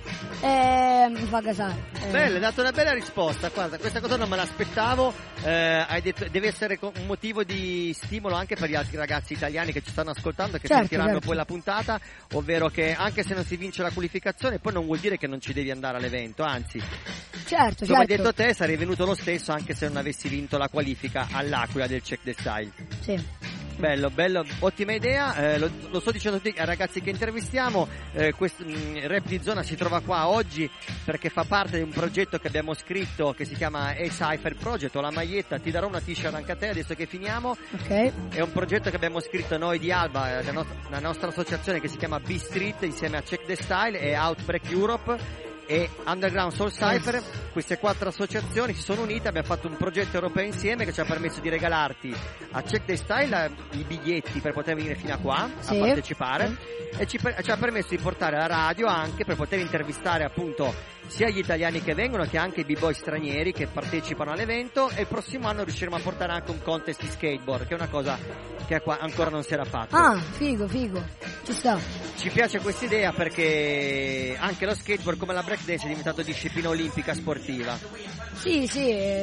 e mi fa gasare. Bella, hai dato una bella risposta, guarda, questa cosa non me l'aspettavo, hai detto deve essere un motivo di stimolo anche per gli altri ragazzi italiani che ci stanno ascoltando e che sentiranno poi la puntata, ovvero che anche se non si vince la qualificazione poi non vuol dire che non ci devi andare all'evento, anzi come hai detto te sarei venuto lo stesso anche se non avessi vinto la qualifica all'Aquila del Check the Style. Sì. Bello, ottima idea, lo sto dicendo ai ragazzi che intervistiamo, Rap di Zona si trova qua oggi perché fa parte di un progetto che abbiamo scritto che si chiama A-Cypher Project, ho la maglietta, ti darò una t-shirt anche a te adesso che finiamo. Okay. È un progetto che abbiamo scritto noi di Alba, la nostra associazione che si chiama B-Street insieme a Check the Style e Outbreak Europe e Underground Soul Cypher. Queste 4 associazioni si sono unite, abbiamo fatto un progetto europeo insieme che ci ha permesso di regalarti a Check the Style i biglietti per poter venire fino a qua a partecipare e ci ha permesso di portare la radio anche per poter intervistare appunto sia gli italiani che vengono che anche i b-boy stranieri che partecipano all'evento, e il prossimo anno riusciremo a portare anche un contest di skateboard, che è una cosa che ancora non si era fatta. Ah, figo, ci sta. Ci piace questa idea perché anche lo skateboard come la breakdance è diventato disciplina olimpica sportiva. Sì.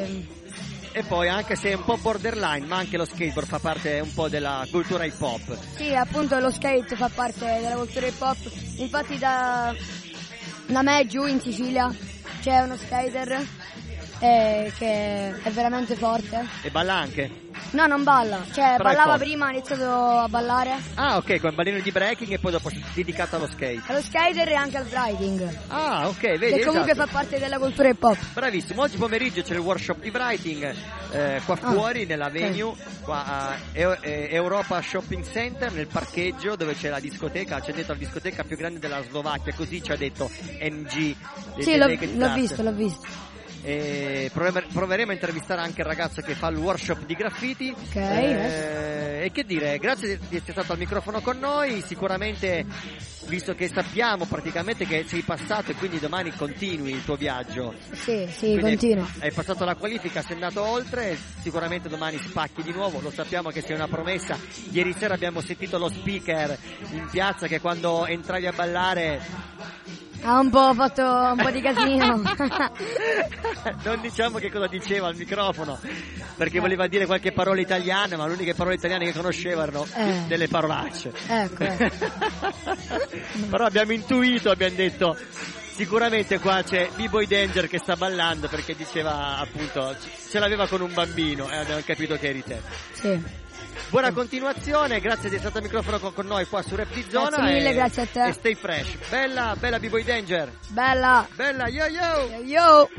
E poi anche se è un po' borderline, ma anche lo skateboard fa parte un po' della cultura hip hop. Sì, appunto lo skate fa parte della cultura hip hop. Infatti da me giù in Sicilia c'è uno skater che è veramente forte. E balla anche? No, non balla, cioè però ballava prima, ha iniziato a ballare. Ah, ok, come ballino di breaking e poi dopo dedicato allo skate. Allo skater e anche al writing. Ah, ok, vedi. Che comunque fa parte della cultura hip hop. Bravissimo, oggi pomeriggio c'è il workshop di writing qua fuori nella venue, qua a Europa Shopping Center, nel parcheggio dove c'è la discoteca, c'è dentro la discoteca più grande della Slovacchia, così ci ha detto MG. Sì, l'ho visto. E proveremo a intervistare anche il ragazzo che fa il workshop di graffiti. E che dire, grazie di essere stato al microfono con noi. Sicuramente, visto che sappiamo praticamente che sei passato e quindi domani continui il tuo viaggio. Sì, continuo. Hai passato la qualifica, sei andato oltre, sicuramente domani spacchi di nuovo, lo sappiamo che sei una promessa. Ieri sera abbiamo sentito lo speaker in piazza che quando entravi a ballare ha un po' fatto un po' di casino. Non diciamo che cosa diceva al microfono, perché voleva dire qualche parola italiana, ma le uniche parole italiane che conosceva erano delle parolacce. Però abbiamo intuito, abbiamo detto sicuramente qua c'è B-Boy Danger che sta ballando, perché diceva appunto ce l'aveva con un bambino e abbiamo capito che eri te. Sì. Buona continuazione, grazie di essere stato al microfono con noi qua su Rap di Zona. Grazie mille, grazie a te. E stay fresh. Bella B-Boy Danger. Bella, yo.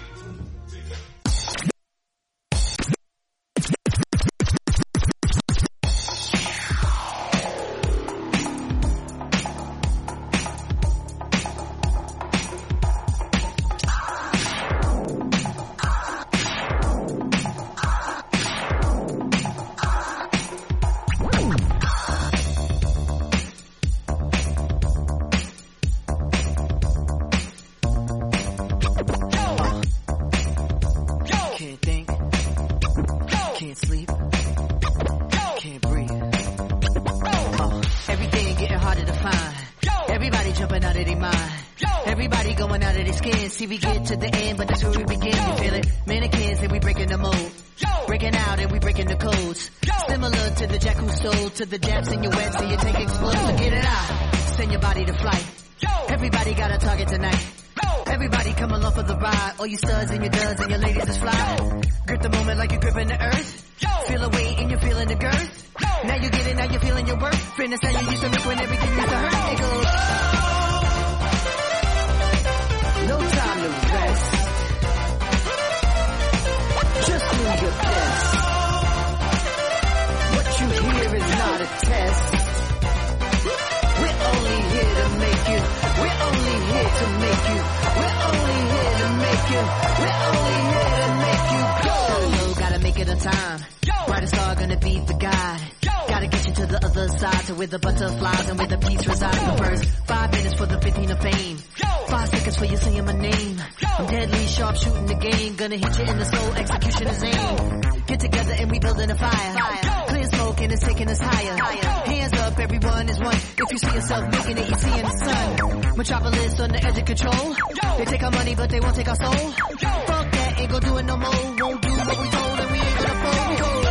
See, we get to the end, but that's where we begin. You feel it? Mannequins and we breaking the mold. Breaking out and we breaking the codes. Similar to the jack who stole to the jabs in your wet, so you take explode. So get it out, send your body to flight. Everybody got a target tonight. Everybody come along for the ride. All you studs and your duds and your ladies is fly. Grip the moment like you're gripping the earth. Feel the weight and you're feeling the girth. Now you get it, now you're feeling your worth. Fitness how you used to make when everything used to hurt. It goes. No time to rest. Just do your best. What you hear is not a test. We're only here to make you. We're only here to make you. We're only here to make you. We're only here to make you go. Solo, gotta make it on time. Brightest star gonna be the guide. Gotta get you to the other side, to where the butterflies and where the peace resides. The first 5 minutes for the 15 of fame. 5 seconds for you saying my name. I'm deadly sharp shooting the game. Gonna hit you in the soul, execution is aim. Get together and we building a fire. Clear smoke taking us higher. Hands up, everyone is one. If you see yourself making it, you see in the sun. Metropolis on the edge of control. They take our money, but they won't take our soul. Fuck that, ain't gon' do it no more. Won't do what we told, and we ain't gonna fold.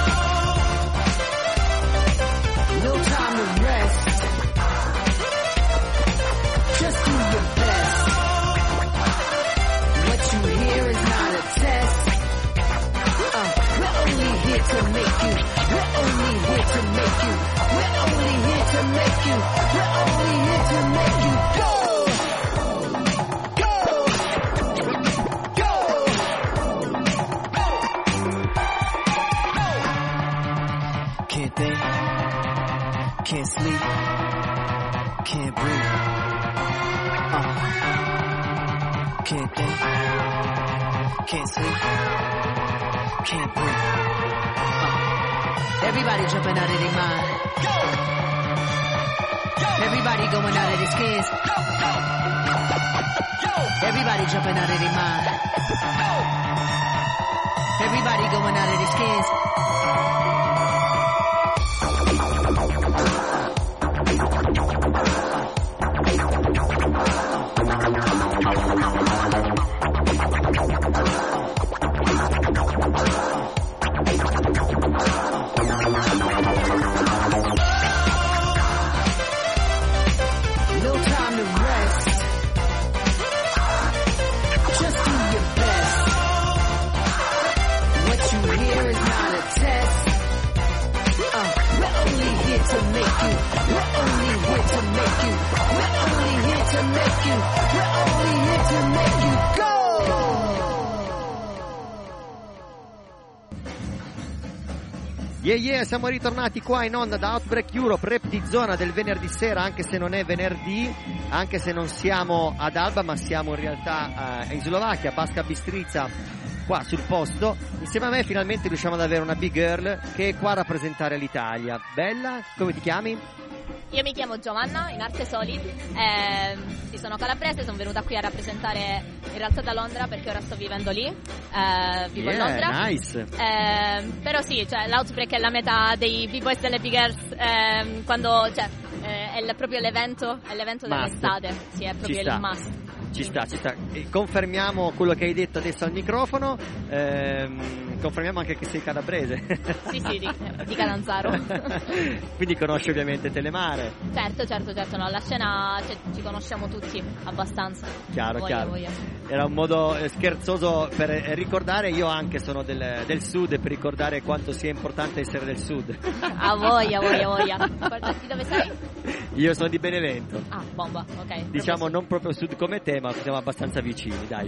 No time to rest. Just do your best. What you hear is not a test. We're only here to make you. We're only here to make you. We're only here to make you. We're only here to make you go. Can't think, can't sleep, can't breathe. Can't think, can't sleep, can't breathe. Everybody jumping out of their mind. Everybody going out of their skins. Everybody jumping out of their mind. Everybody going out of their skins. Siamo ritornati qua in onda da Outbreak Europe, rap di zona del venerdì sera, anche se non è venerdì, anche se non siamo ad Alba, ma siamo in realtà in Slovacchia, Baška Bystrica, qua sul posto. Insieme a me finalmente riusciamo ad avere una big girl che è qua a rappresentare l'Italia. Bella, come ti chiami? Io mi chiamo Giovanna, in arte Solid, sono calabrese, sono venuta qui a rappresentare in realtà da Londra perché ora sto vivendo lì, vivo a Londra. Nice. Però sì, cioè, l'Outbreak è la meta dei B-Boys delle Big Girls, quando, cioè, è proprio l'evento dell'estate, sì, è proprio il must. Ci sta. E confermiamo quello che hai detto adesso al microfono, confermiamo anche che sei calabrese. Sì, di Catanzaro. Quindi conosci ovviamente Telemare. Certo, no, la scena, cioè, ci conosciamo tutti abbastanza. Chiaro. Voglia. Era un modo scherzoso per ricordare, io anche sono del sud, e per ricordare quanto sia importante essere del sud. A voglia. Di dove sei? Io sono di Benevento. Ah, bomba, ok. Diciamo non proprio sud come te, ma siamo abbastanza vicini, dai.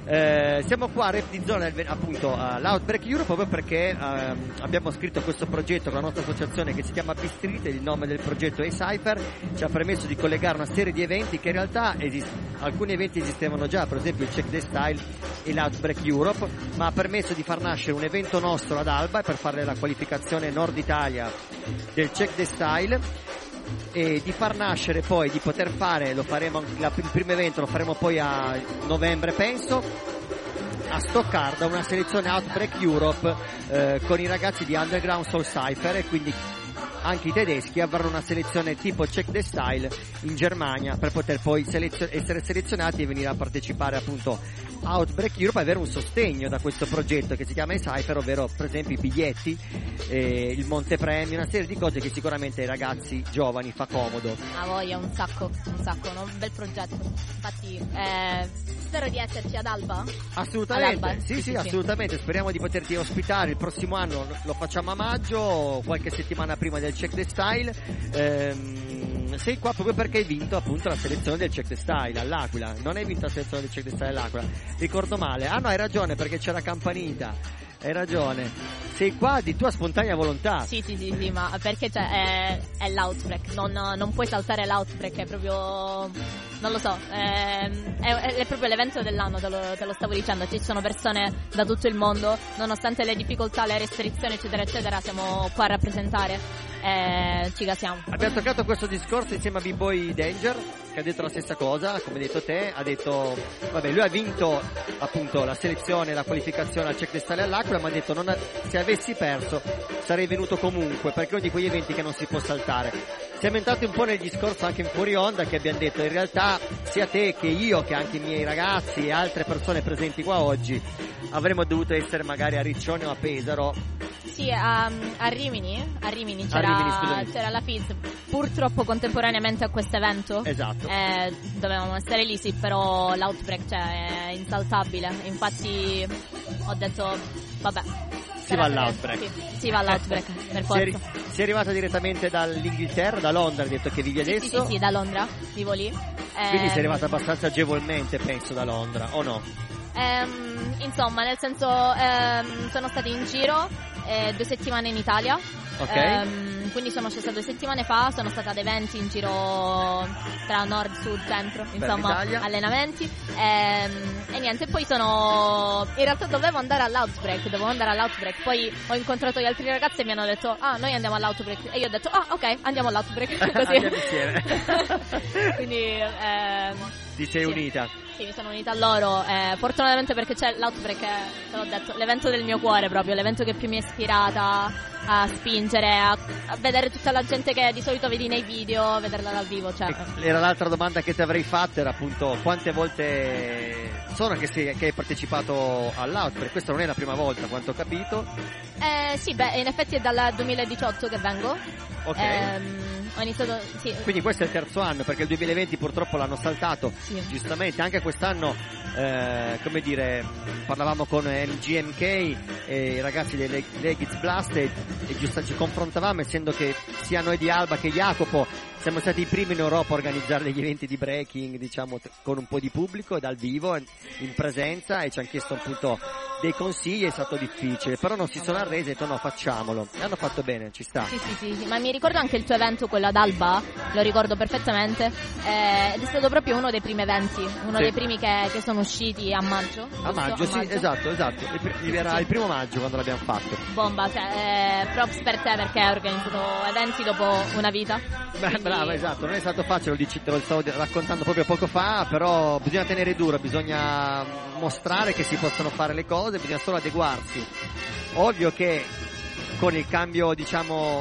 Siamo qua a Rap di Zona, appunto all'Outbreak Europe, proprio perché abbiamo scritto questo progetto con la nostra associazione che si chiama B-Street, il nome del progetto è Cypher, ci ha permesso di collegare una serie di eventi che in realtà alcuni eventi esistevano già, per esempio il Check the Style e l'Outbreak Europe, ma ha permesso di far nascere un evento nostro ad Alba per fare la qualificazione Nord Italia del Check the Style, e di far nascere poi, di poter fare, il primo evento lo faremo poi a novembre penso, a Stoccarda, una selezione Outbreak Europe con i ragazzi di Underground Soul Cypher, e quindi anche i tedeschi avranno una selezione tipo Check the Style in Germania per poter poi essere selezionati e venire a partecipare appunto a Outbreak Europe e avere un sostegno da questo progetto che si chiama Cypher, ovvero per esempio i biglietti, il montepremi, una serie di cose che sicuramente ai ragazzi giovani fa comodo. A voglia, un sacco, un bel progetto. Infatti spero di esserci ad Alba. Assolutamente, ad Alba. Sì, assolutamente, speriamo di poterti ospitare il prossimo anno, lo facciamo a maggio, qualche settimana prima del Check the Style. Sei qua proprio perché hai vinto appunto la selezione del Check the Style all'Aquila. Non hai vinto la selezione del Check the Style all'Aquila, ricordo male. Ah no, hai ragione, perché c'era Campanita, hai ragione, sei qua di tua spontanea volontà. Sì, ma perché è l'Outbreak, non puoi saltare l'Outbreak, è proprio, non lo so, è proprio l'evento dell'anno, te lo stavo dicendo. Ci sono persone da tutto il mondo, nonostante le difficoltà, le restrizioni eccetera, siamo qua a rappresentare. ci casiamo. Abbiamo toccato questo discorso insieme a B-Boy Danger, che ha detto la stessa cosa, come hai detto te, ha detto, vabbè, lui ha vinto appunto la selezione, la qualificazione al Check d'Estate all'Aquila, ma ha detto se avessi perso sarei venuto comunque, perché è uno di quegli eventi che non si può saltare. Siamo entrati un po' nel discorso anche in fuori onda, che abbiamo detto in realtà sia te che io, che anche i miei ragazzi e altre persone presenti qua oggi avremmo dovuto essere magari a Riccione o a Pesaro. Sì, a Rimini c'era la FIS, purtroppo contemporaneamente a questo evento. Esatto. Dovevamo essere lì, sì, però l'outbreak è insaltabile, infatti ho detto vabbè. Si va all'outbreak. Sì, si va all'outbreak, per forza. Sei arrivata direttamente dall'Inghilterra, da Londra, hai detto che vivi adesso? Sì, da Londra, vivo lì. Quindi sei arrivata abbastanza agevolmente, penso, da Londra, o no? Insomma, nel senso, sono stata in giro 2 settimane in Italia. Ok. Quindi sono scesa 2 settimane fa, sono stata ad eventi in giro tra nord, sud, centro, insomma, allenamenti e niente, poi in realtà dovevo andare all'outbreak, poi ho incontrato gli altri ragazzi e mi hanno detto noi andiamo all'outbreak, e io ho detto ok, andiamo all'outbreak. Così. Andiamo insieme. Quindi ti sei unita? Sì, mi sono unita a loro, fortunatamente, perché c'è l'outbreak, te l'ho detto, l'evento del mio cuore proprio, l'evento che più mi è ispirata a spingere, a vedere tutta la gente che di solito vedi nei video, vederla dal vivo. Cioè. Era l'altra domanda che ti avrei fatto, era appunto quante volte sono che hai partecipato all'outbreak? Questa non è la prima volta, quanto ho capito. Sì, in effetti è dal 2018 che vengo. Ok. Ho iniziato, sì. Quindi questo è il terzo anno, perché il 2020 purtroppo l'hanno saltato, sì. Giustamente. Anche quest'anno, come dire, parlavamo con MGMK e i ragazzi dei Leggings Blasted e giusto ci confrontavamo, essendo che sia noi di Alba che Jacopo siamo stati i primi in Europa a organizzare degli eventi di breaking, diciamo, con un po' di pubblico, dal vivo, in presenza, e ci hanno chiesto appunto dei consigli. È stato difficile, però non si sono arresi e detto no, facciamolo, e hanno fatto bene, ci sta. Sì, ma mi ricordo anche il tuo evento, quello ad Alba, lo ricordo perfettamente, ed è stato proprio uno dei primi eventi, dei primi che sono usciti a maggio. A maggio, sì, esatto, era il primo maggio quando l'abbiamo fatto. Bomba, cioè, props per te, perché hai organizzato eventi dopo una vita. Beh, brava, esatto, non è stato facile, te lo stavo raccontando proprio poco fa, però bisogna tenere duro, bisogna mostrare che si possono fare le cose, bisogna solo adeguarsi. Ovvio che con il cambio, diciamo,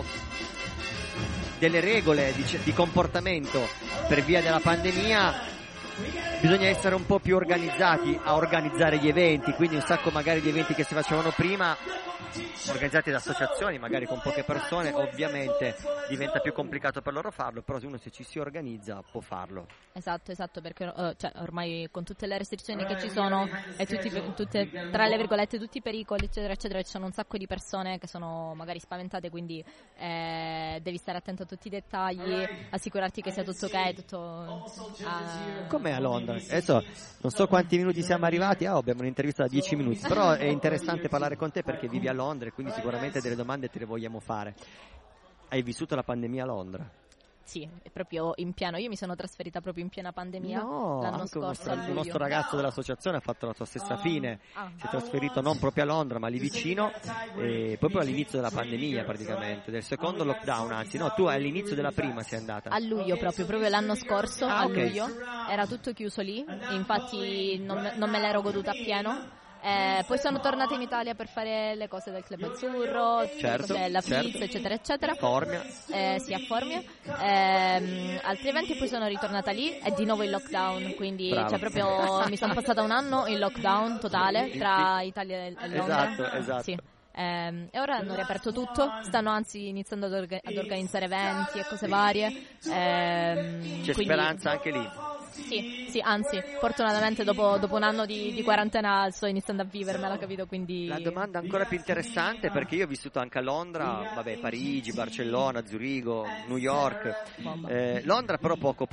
delle regole di comportamento per via della pandemia, bisogna essere un po' più organizzati a organizzare gli eventi, quindi un sacco magari di eventi che si facevano prima organizzati da associazioni, magari con poche persone, ovviamente diventa più complicato per loro farlo, però se uno ci si organizza può farlo. Esatto, perché ormai con tutte le restrizioni che ci sono e tutte, tra le virgolette, tutti i pericoli, eccetera, eccetera, ci sono un sacco di persone che sono magari spaventate, quindi devi stare attento a tutti i dettagli, assicurarti che sia tutto ok, tutto... Com'è a Londra? Adesso non so quanti minuti siamo arrivati, abbiamo un'intervista da 10 minuti, però è interessante parlare con te perché vivi a Londra e quindi sicuramente delle domande te le vogliamo fare. Hai vissuto la pandemia a Londra? Sì, è proprio in pieno. Io mi sono trasferita proprio in piena pandemia l'anno scorso. Il nostro ragazzo dell'associazione ha fatto la sua stessa fine, si è trasferito non proprio a Londra ma lì vicino, e proprio all'inizio della pandemia praticamente, del secondo lockdown, anzi no, tu all'inizio della prima sei andata. A luglio proprio l'anno scorso, luglio, era tutto chiuso lì, infatti non me l'ero goduta appieno. Poi sono tornata in Italia per fare le cose del Club Azzurro, la FIS, eccetera, eccetera. Formia. Sì, a Formia. Altri eventi, poi sono ritornata lì e di nuovo in lockdown, quindi proprio mi sono passata un anno in lockdown totale tra Italia e Londra. Esatto. Sì. E ora hanno riaperto tutto, stanno anzi iniziando ad organizzare eventi e cose varie. C'è speranza anche lì. Sì, anzi, fortunatamente dopo un anno di quarantena sto iniziando a vivermela, capito? Quindi... La domanda ancora più interessante, perché io ho vissuto anche a Londra, Parigi, Barcellona, Zurigo, New York, Londra però poco.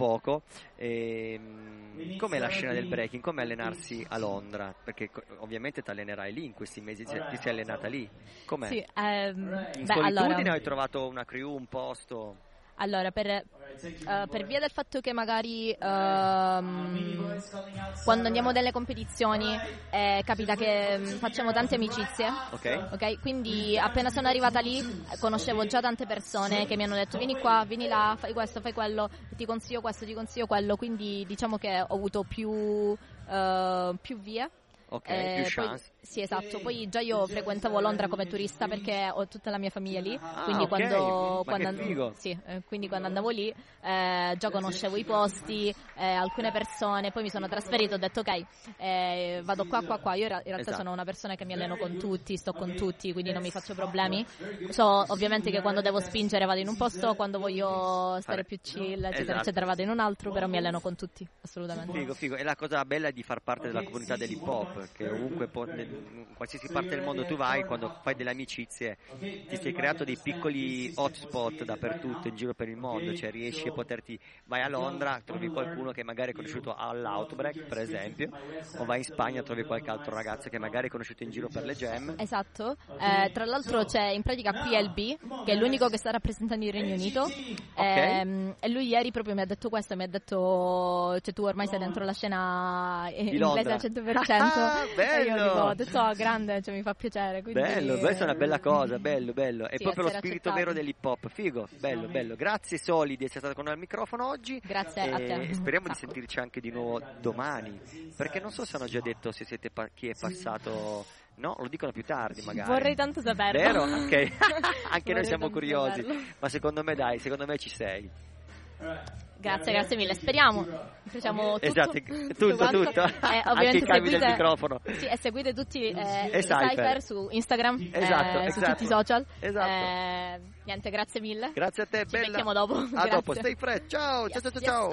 Com'è la scena del breaking? Com'è allenarsi a Londra? Perché ovviamente ti allenerai lì in questi mesi, ti sei allenata lì. Com'è? Sì, in solitudine hai trovato una crew, un posto? Allora, per via del fatto che magari quando andiamo delle competizioni capita che facciamo tante amicizie, ok? Quindi appena sono arrivata lì conoscevo già tante persone che mi hanno detto vieni qua, vieni là, fai questo, fai quello, ti consiglio questo, ti consiglio quello, quindi diciamo che ho avuto più vie. Ok, più chance. Sì, esatto. Poi già io frequentavo Londra come turista perché ho tutta la mia famiglia lì, quindi quindi quando andavo lì già conoscevo i posti, alcune persone, poi mi sono trasferito, ho detto ok, vado qua. Io in realtà sono una persona che mi alleno con tutti, sto con tutti, quindi non mi faccio problemi. So ovviamente che quando devo spingere vado in un posto, quando voglio stare più chill, eccetera, eccetera, vado in un altro, però mi alleno con tutti, assolutamente. Figo. E la cosa bella è di far parte della comunità dell'hip hop, che ovunque in qualsiasi parte del mondo tu vai, quando fai delle amicizie ti sei creato dei piccoli hotspot dappertutto in giro per il mondo, cioè riesci a vai a Londra, trovi qualcuno che magari hai conosciuto all'Outbreak per esempio, o vai in Spagna, trovi qualche altro ragazzo che magari hai conosciuto in giro per le jam. Esatto, tra l'altro c'è in pratica PLB, che è l'unico che sta rappresentando il Regno Unito, e lui ieri proprio mi ha detto questo, mi ha detto cioè tu ormai sei dentro la scena inglese al 100%. Bello! Ho detto grande, cioè mi fa piacere, quindi... Bello, questa è una bella cosa, bello. È sì, proprio lo spirito accettati. vero dell'hip hop, figo, bello. Grazie Soli di essere stato con noi al microfono oggi. Grazie a te. E speriamo di sentirci anche di nuovo domani, perché non so se hanno già detto se siete chi è passato. No, lo dicono più tardi magari. Vorrei tanto saperlo. Vero? Ok. Anche noi siamo tanto curiosi, saperlo. ma secondo me ci sei. Grazie mille, speriamo. Facciamo tutto. Esatto, tutto. Ovviamente anche i cavi del microfono. Sì, e seguite tutti i Cypher Cypher su Instagram, su tutti i social. Esatto. Niente, grazie mille. Grazie a te, Ci bella. becchiamo dopo. A Grazie. dopo, stay fresh. Ciao. Yes. Ciao.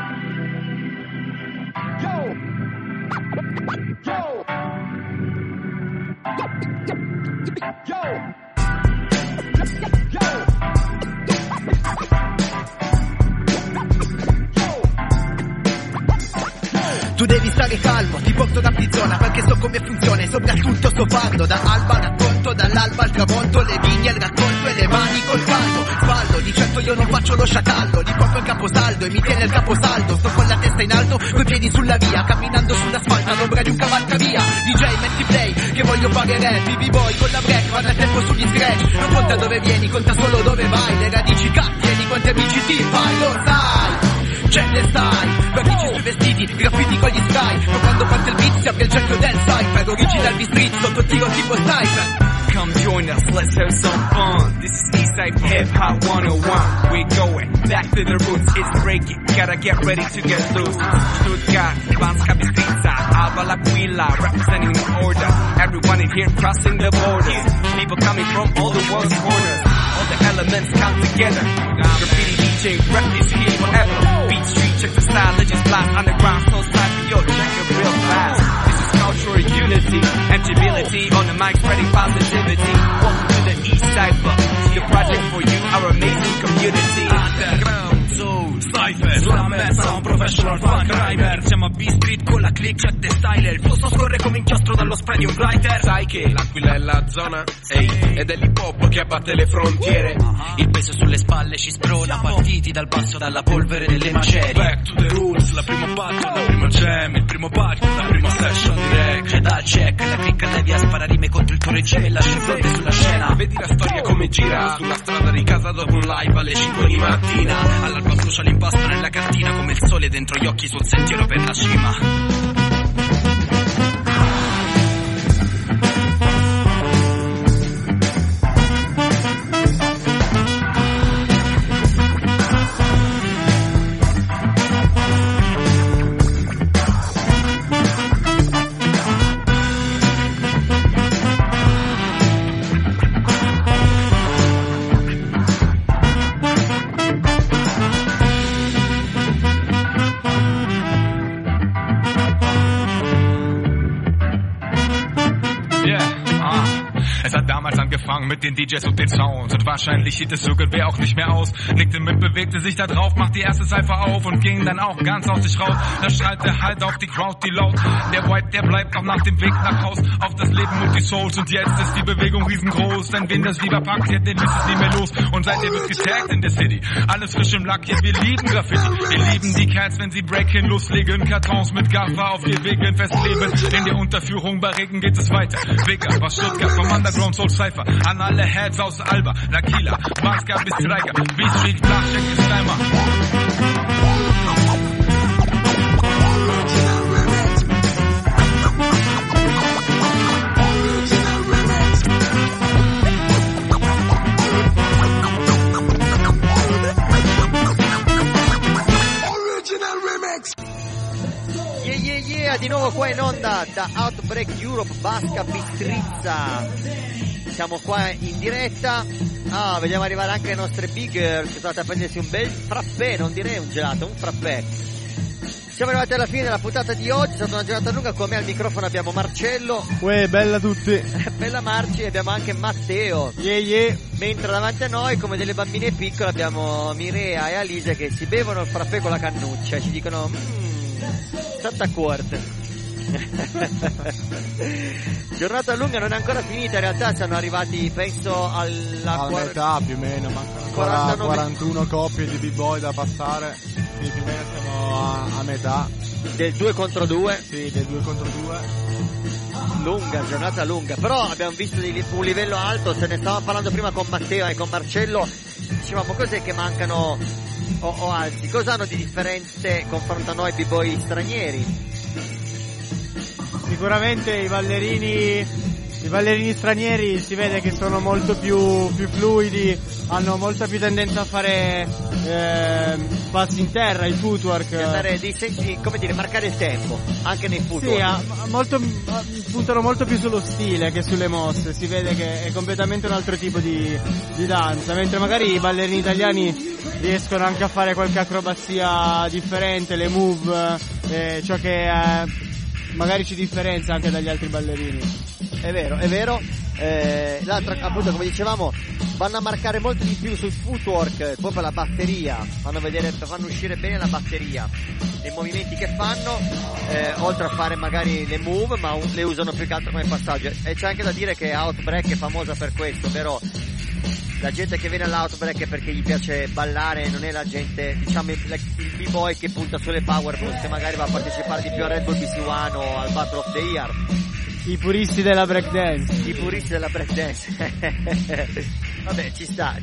Tu devi stare calmo, ti porto da Pizzona perché so come funziona e soprattutto so farlo. Da alba al racconto, dall'alba al tramonto, le vigne al raccolto e le mani col caldo. Sbaldo, di certo io non faccio lo sciacallo, li porto il caposaldo e mi tiene il caposaldo. Sto con la testa in alto, coi piedi sulla via, camminando sull'asfalto all'ombra di un cavalcavia. DJ, metti play, che voglio fare rap, vivi boy con la break, vado a tempo sugli scratch. Non conta dove vieni, conta solo dove vai, le radici cattieni, quanti amici ti fai, lo sai. C'è le stai, vernici sui vestiti, graffiti con gli sky. Ma quando parte il beat si apre il cerchio del cypher, original di street, sotto tiro tipo sniper. Come join us, let's have some fun. This is Eastside Hip Hop 101. We're going back to the roots, it's breaking, gotta get ready to get loose. Stuttgart, Banska Bystrica, Alba L'Aquila, representing the order. Everyone in here crossing the borders. People coming from all the world's corners. All the elements come together. Graffiti DJ rap is here forever. Beat street, check the style, legends blast underground, so slap yo, check it real fast. This is cultural unity, emptyability on the mic, spreading positivity. Welcome to the East Cypher, the project for you, our amazing community. Underground Soul, Cypher, sulla messa, un professional funk rhymer. Siamo a B-Street con la click, chat e style. Il flusso scorre come inchiostro dallo spray di un glider. Sai che l'Aquila è la zona, ehi, ed è l'hip hop che abbatte le frontiere. Il peso sulle spalle ci sprona, partiti dal basso, dalla polvere delle macerie. Back to the roots, la prima battle, la prima jam, il primo palco, la prima session direct. C'è da check, la clicca devi a sparare rime contro il tuo regime, lascia il fronte sulla scena. Vedi la storia come gira, sulla strada di casa dopo un live alle 5 di mattina. All'alba social impasto nella cartina, come il sole dentro gli occhi sul sentiero per la cima. damals angefangen mit den DJs und den Sounds. Und wahrscheinlich hielt es irgendwer auch nicht mehr aus. Nickte mit, bewegte sich da drauf, macht die erste Cypher auf und ging dann auch ganz aus sich raus. Da strahlt er halt auf die Crowd, die laut. Der White, der bleibt auch nach dem Weg nach Haus. Auf das Leben und die Souls. Und jetzt ist die Bewegung riesengroß. Denn wen das lieber packt, ja, den lässt es nie mehr los. Und seitdem wird getaggt in der City. Alles frisch im Lack, ja, wir lieben Graffiti. Wir lieben die Cats, wenn sie Break-In loslegen. Kartons mit Gaffer auf ihr Wegen festleben. In der Unterführung bei Regen geht es weiter. Vega, was Stuttgart vom Underground Soul Cypher. An alle Heads aus Alba, L'Aquila, Baska bis Stryker. B-Street, Flachcheck ist Timer. Di nuovo qua in onda da Outbreak Europe, Basca Bistrizza. Siamo qua in diretta. Vediamo arrivare anche le nostre big girl. Sono state a prendersi un bel frappè, non direi un gelato, un frappè. Siamo arrivati alla fine della puntata di oggi, è stata una giornata lunga. Con me al microfono abbiamo Marcello. Uè, bella a tutti. Bella Marci, e abbiamo anche Matteo. Mentre davanti a noi, come delle bambine piccole, abbiamo Mirea e Alice che si bevono il frappè con la cannuccia e ci dicono Santa Corte. Giornata lunga, non è ancora finita, in realtà siamo arrivati penso alla metà più o meno, mancano 41 coppie di b-boy da passare, quindi più o meno siamo a metà. Del 2 contro 2? Sì, del 2 contro 2. Lunga, giornata lunga, però abbiamo visto un livello alto. Se ne stavamo parlando prima con Matteo e con Marcello, dicevamo cos'è che mancano o alti, cosa hanno di differente confronto a noi b-boy stranieri? Sicuramente i ballerini stranieri si vede che sono molto più fluidi, hanno molta più tendenza a fare passi in terra, il footwork. Come dire, marcare il tempo, anche nei footwork. Sì, puntano molto più sullo stile che sulle mosse, si vede che è completamente un altro tipo di danza, mentre magari i ballerini italiani riescono anche a fare qualche acrobazia differente, le move, ciò che magari ci differenzia anche dagli altri ballerini. È vero. L'altro, appunto, come dicevamo, vanno a marcare molto di più sul footwork, proprio la batteria, fanno uscire bene la batteria nei movimenti che fanno, oltre a fare magari le move, ma le usano più che altro come passaggio. E c'è anche da dire che Outbreak è famosa per questo, ovvero la gente che viene all'Outbreak è perché gli piace ballare, non è la gente, diciamo, il b-boy che punta sulle power moves, che magari va a partecipare di più a Red Bull BC1 o al Battle of the Year. I puristi della breakdance. Vabbè, ci sta.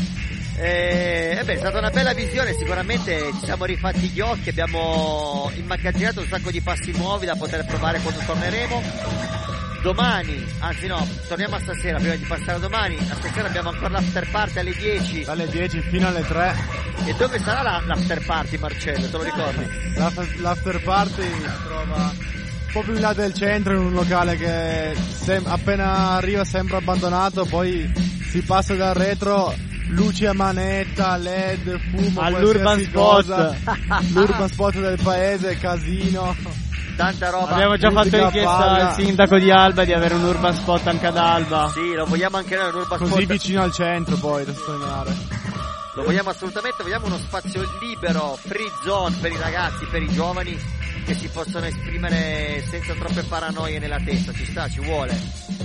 È stata una bella visione, sicuramente ci siamo rifatti gli occhi, abbiamo immagazzinato un sacco di passi nuovi da poter provare quando torneremo. Domani, anzi no, torniamo a stasera prima di passare a domani. A stasera abbiamo ancora l'after party alle 10. Dalle 10 fino alle 3. E dove sarà l'after party, Marcello? Te lo ricordi? L'after party si trova un po' più in là del centro, in un locale che appena arriva sembra abbandonato, poi si passa dal retro, luci a manetta, LED, fumo, all'urban spot. L'urban spot del paese, casino. Tanta roba. Abbiamo già fatto richiesta al sindaco di Alba di avere un urban spot anche ad Alba. Sì, lo vogliamo anche noi, un urban spot così vicino al centro, poi da sognare. Lo vogliamo assolutamente, vogliamo uno spazio libero, free zone per i ragazzi, per i giovani, che si possono esprimere senza troppe paranoie nella testa. Ci vuole.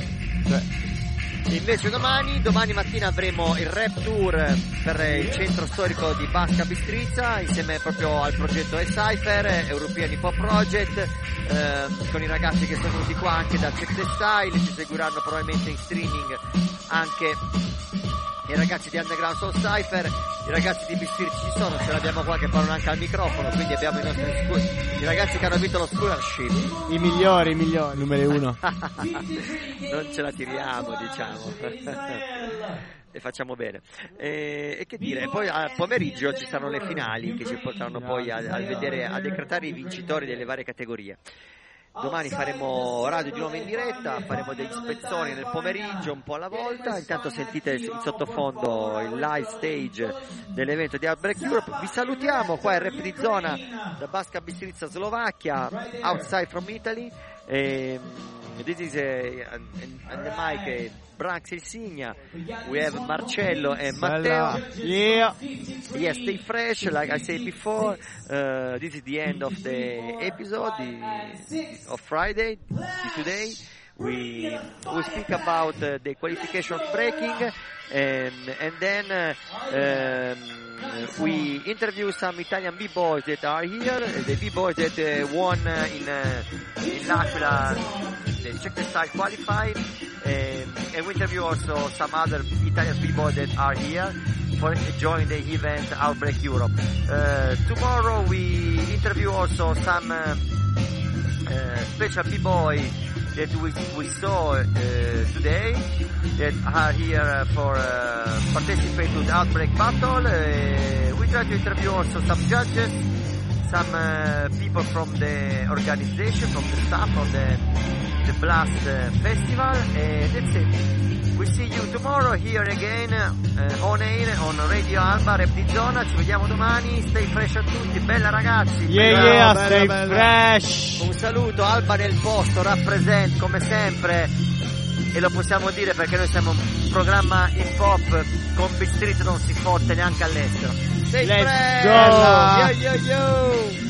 Invece domani mattina avremo il rap tour per il centro storico di Basca Bistrizza, insieme proprio al progetto E-Cypher, European Hip Hop Project, con i ragazzi che sono venuti qua anche da Check the Style. Ci seguiranno probabilmente in streaming anche i ragazzi di Underground Soul Cypher, i ragazzi di Bistrizza ci sono, ce l'abbiamo qua che parlano anche al microfono, quindi abbiamo i ragazzi che hanno vinto lo scholarship. I migliori, numeri 1. Non ce la tiriamo, diciamo. E facciamo bene. E che dire, poi al pomeriggio ci saranno le finali che ci porteranno poi a decretare i vincitori delle varie categorie. Domani faremo radio di nuovo in diretta, faremo degli spezzoni nel pomeriggio, un po' alla volta. Intanto sentite in sottofondo il live stage dell'evento di Outbreak Europe. Vi salutiamo, qua è Rap di Zona da Basca Bistrizza, Slovacchia, Outside from Italy. This is and the mic Brax e Signa. We have Marcello and Matteo. Yeah. Yes, stay fresh, like I said before. This is the end of the episode of Friday today. We speak about the qualification breaking, and then we interview some Italian b-boys that are here, the b-boys that won in L'Aquila the Czech style qualify, and we interview also some other Italian b-boys that are here for join the event Outbreak Europe. Tomorrow we interview also some special b-boy that we saw today that are here for participate to the Outbreak Battle. We try to interview also some judges, some people from the organization, from the staff of the Blast Festival, and that's it. We see you tomorrow here again on air on Radio Alba, Rap di Zona. Ci vediamo domani. Stay fresh a tutti, bella ragazzi. Yeah, bella, stay bella. fresh. Un saluto, Alba nel posto, rappresent come sempre, e lo possiamo dire perché noi siamo un programma hip hop, con Beat Street non si fotte neanche all'estero. Stay Let's fresh. go. Yo yo yo.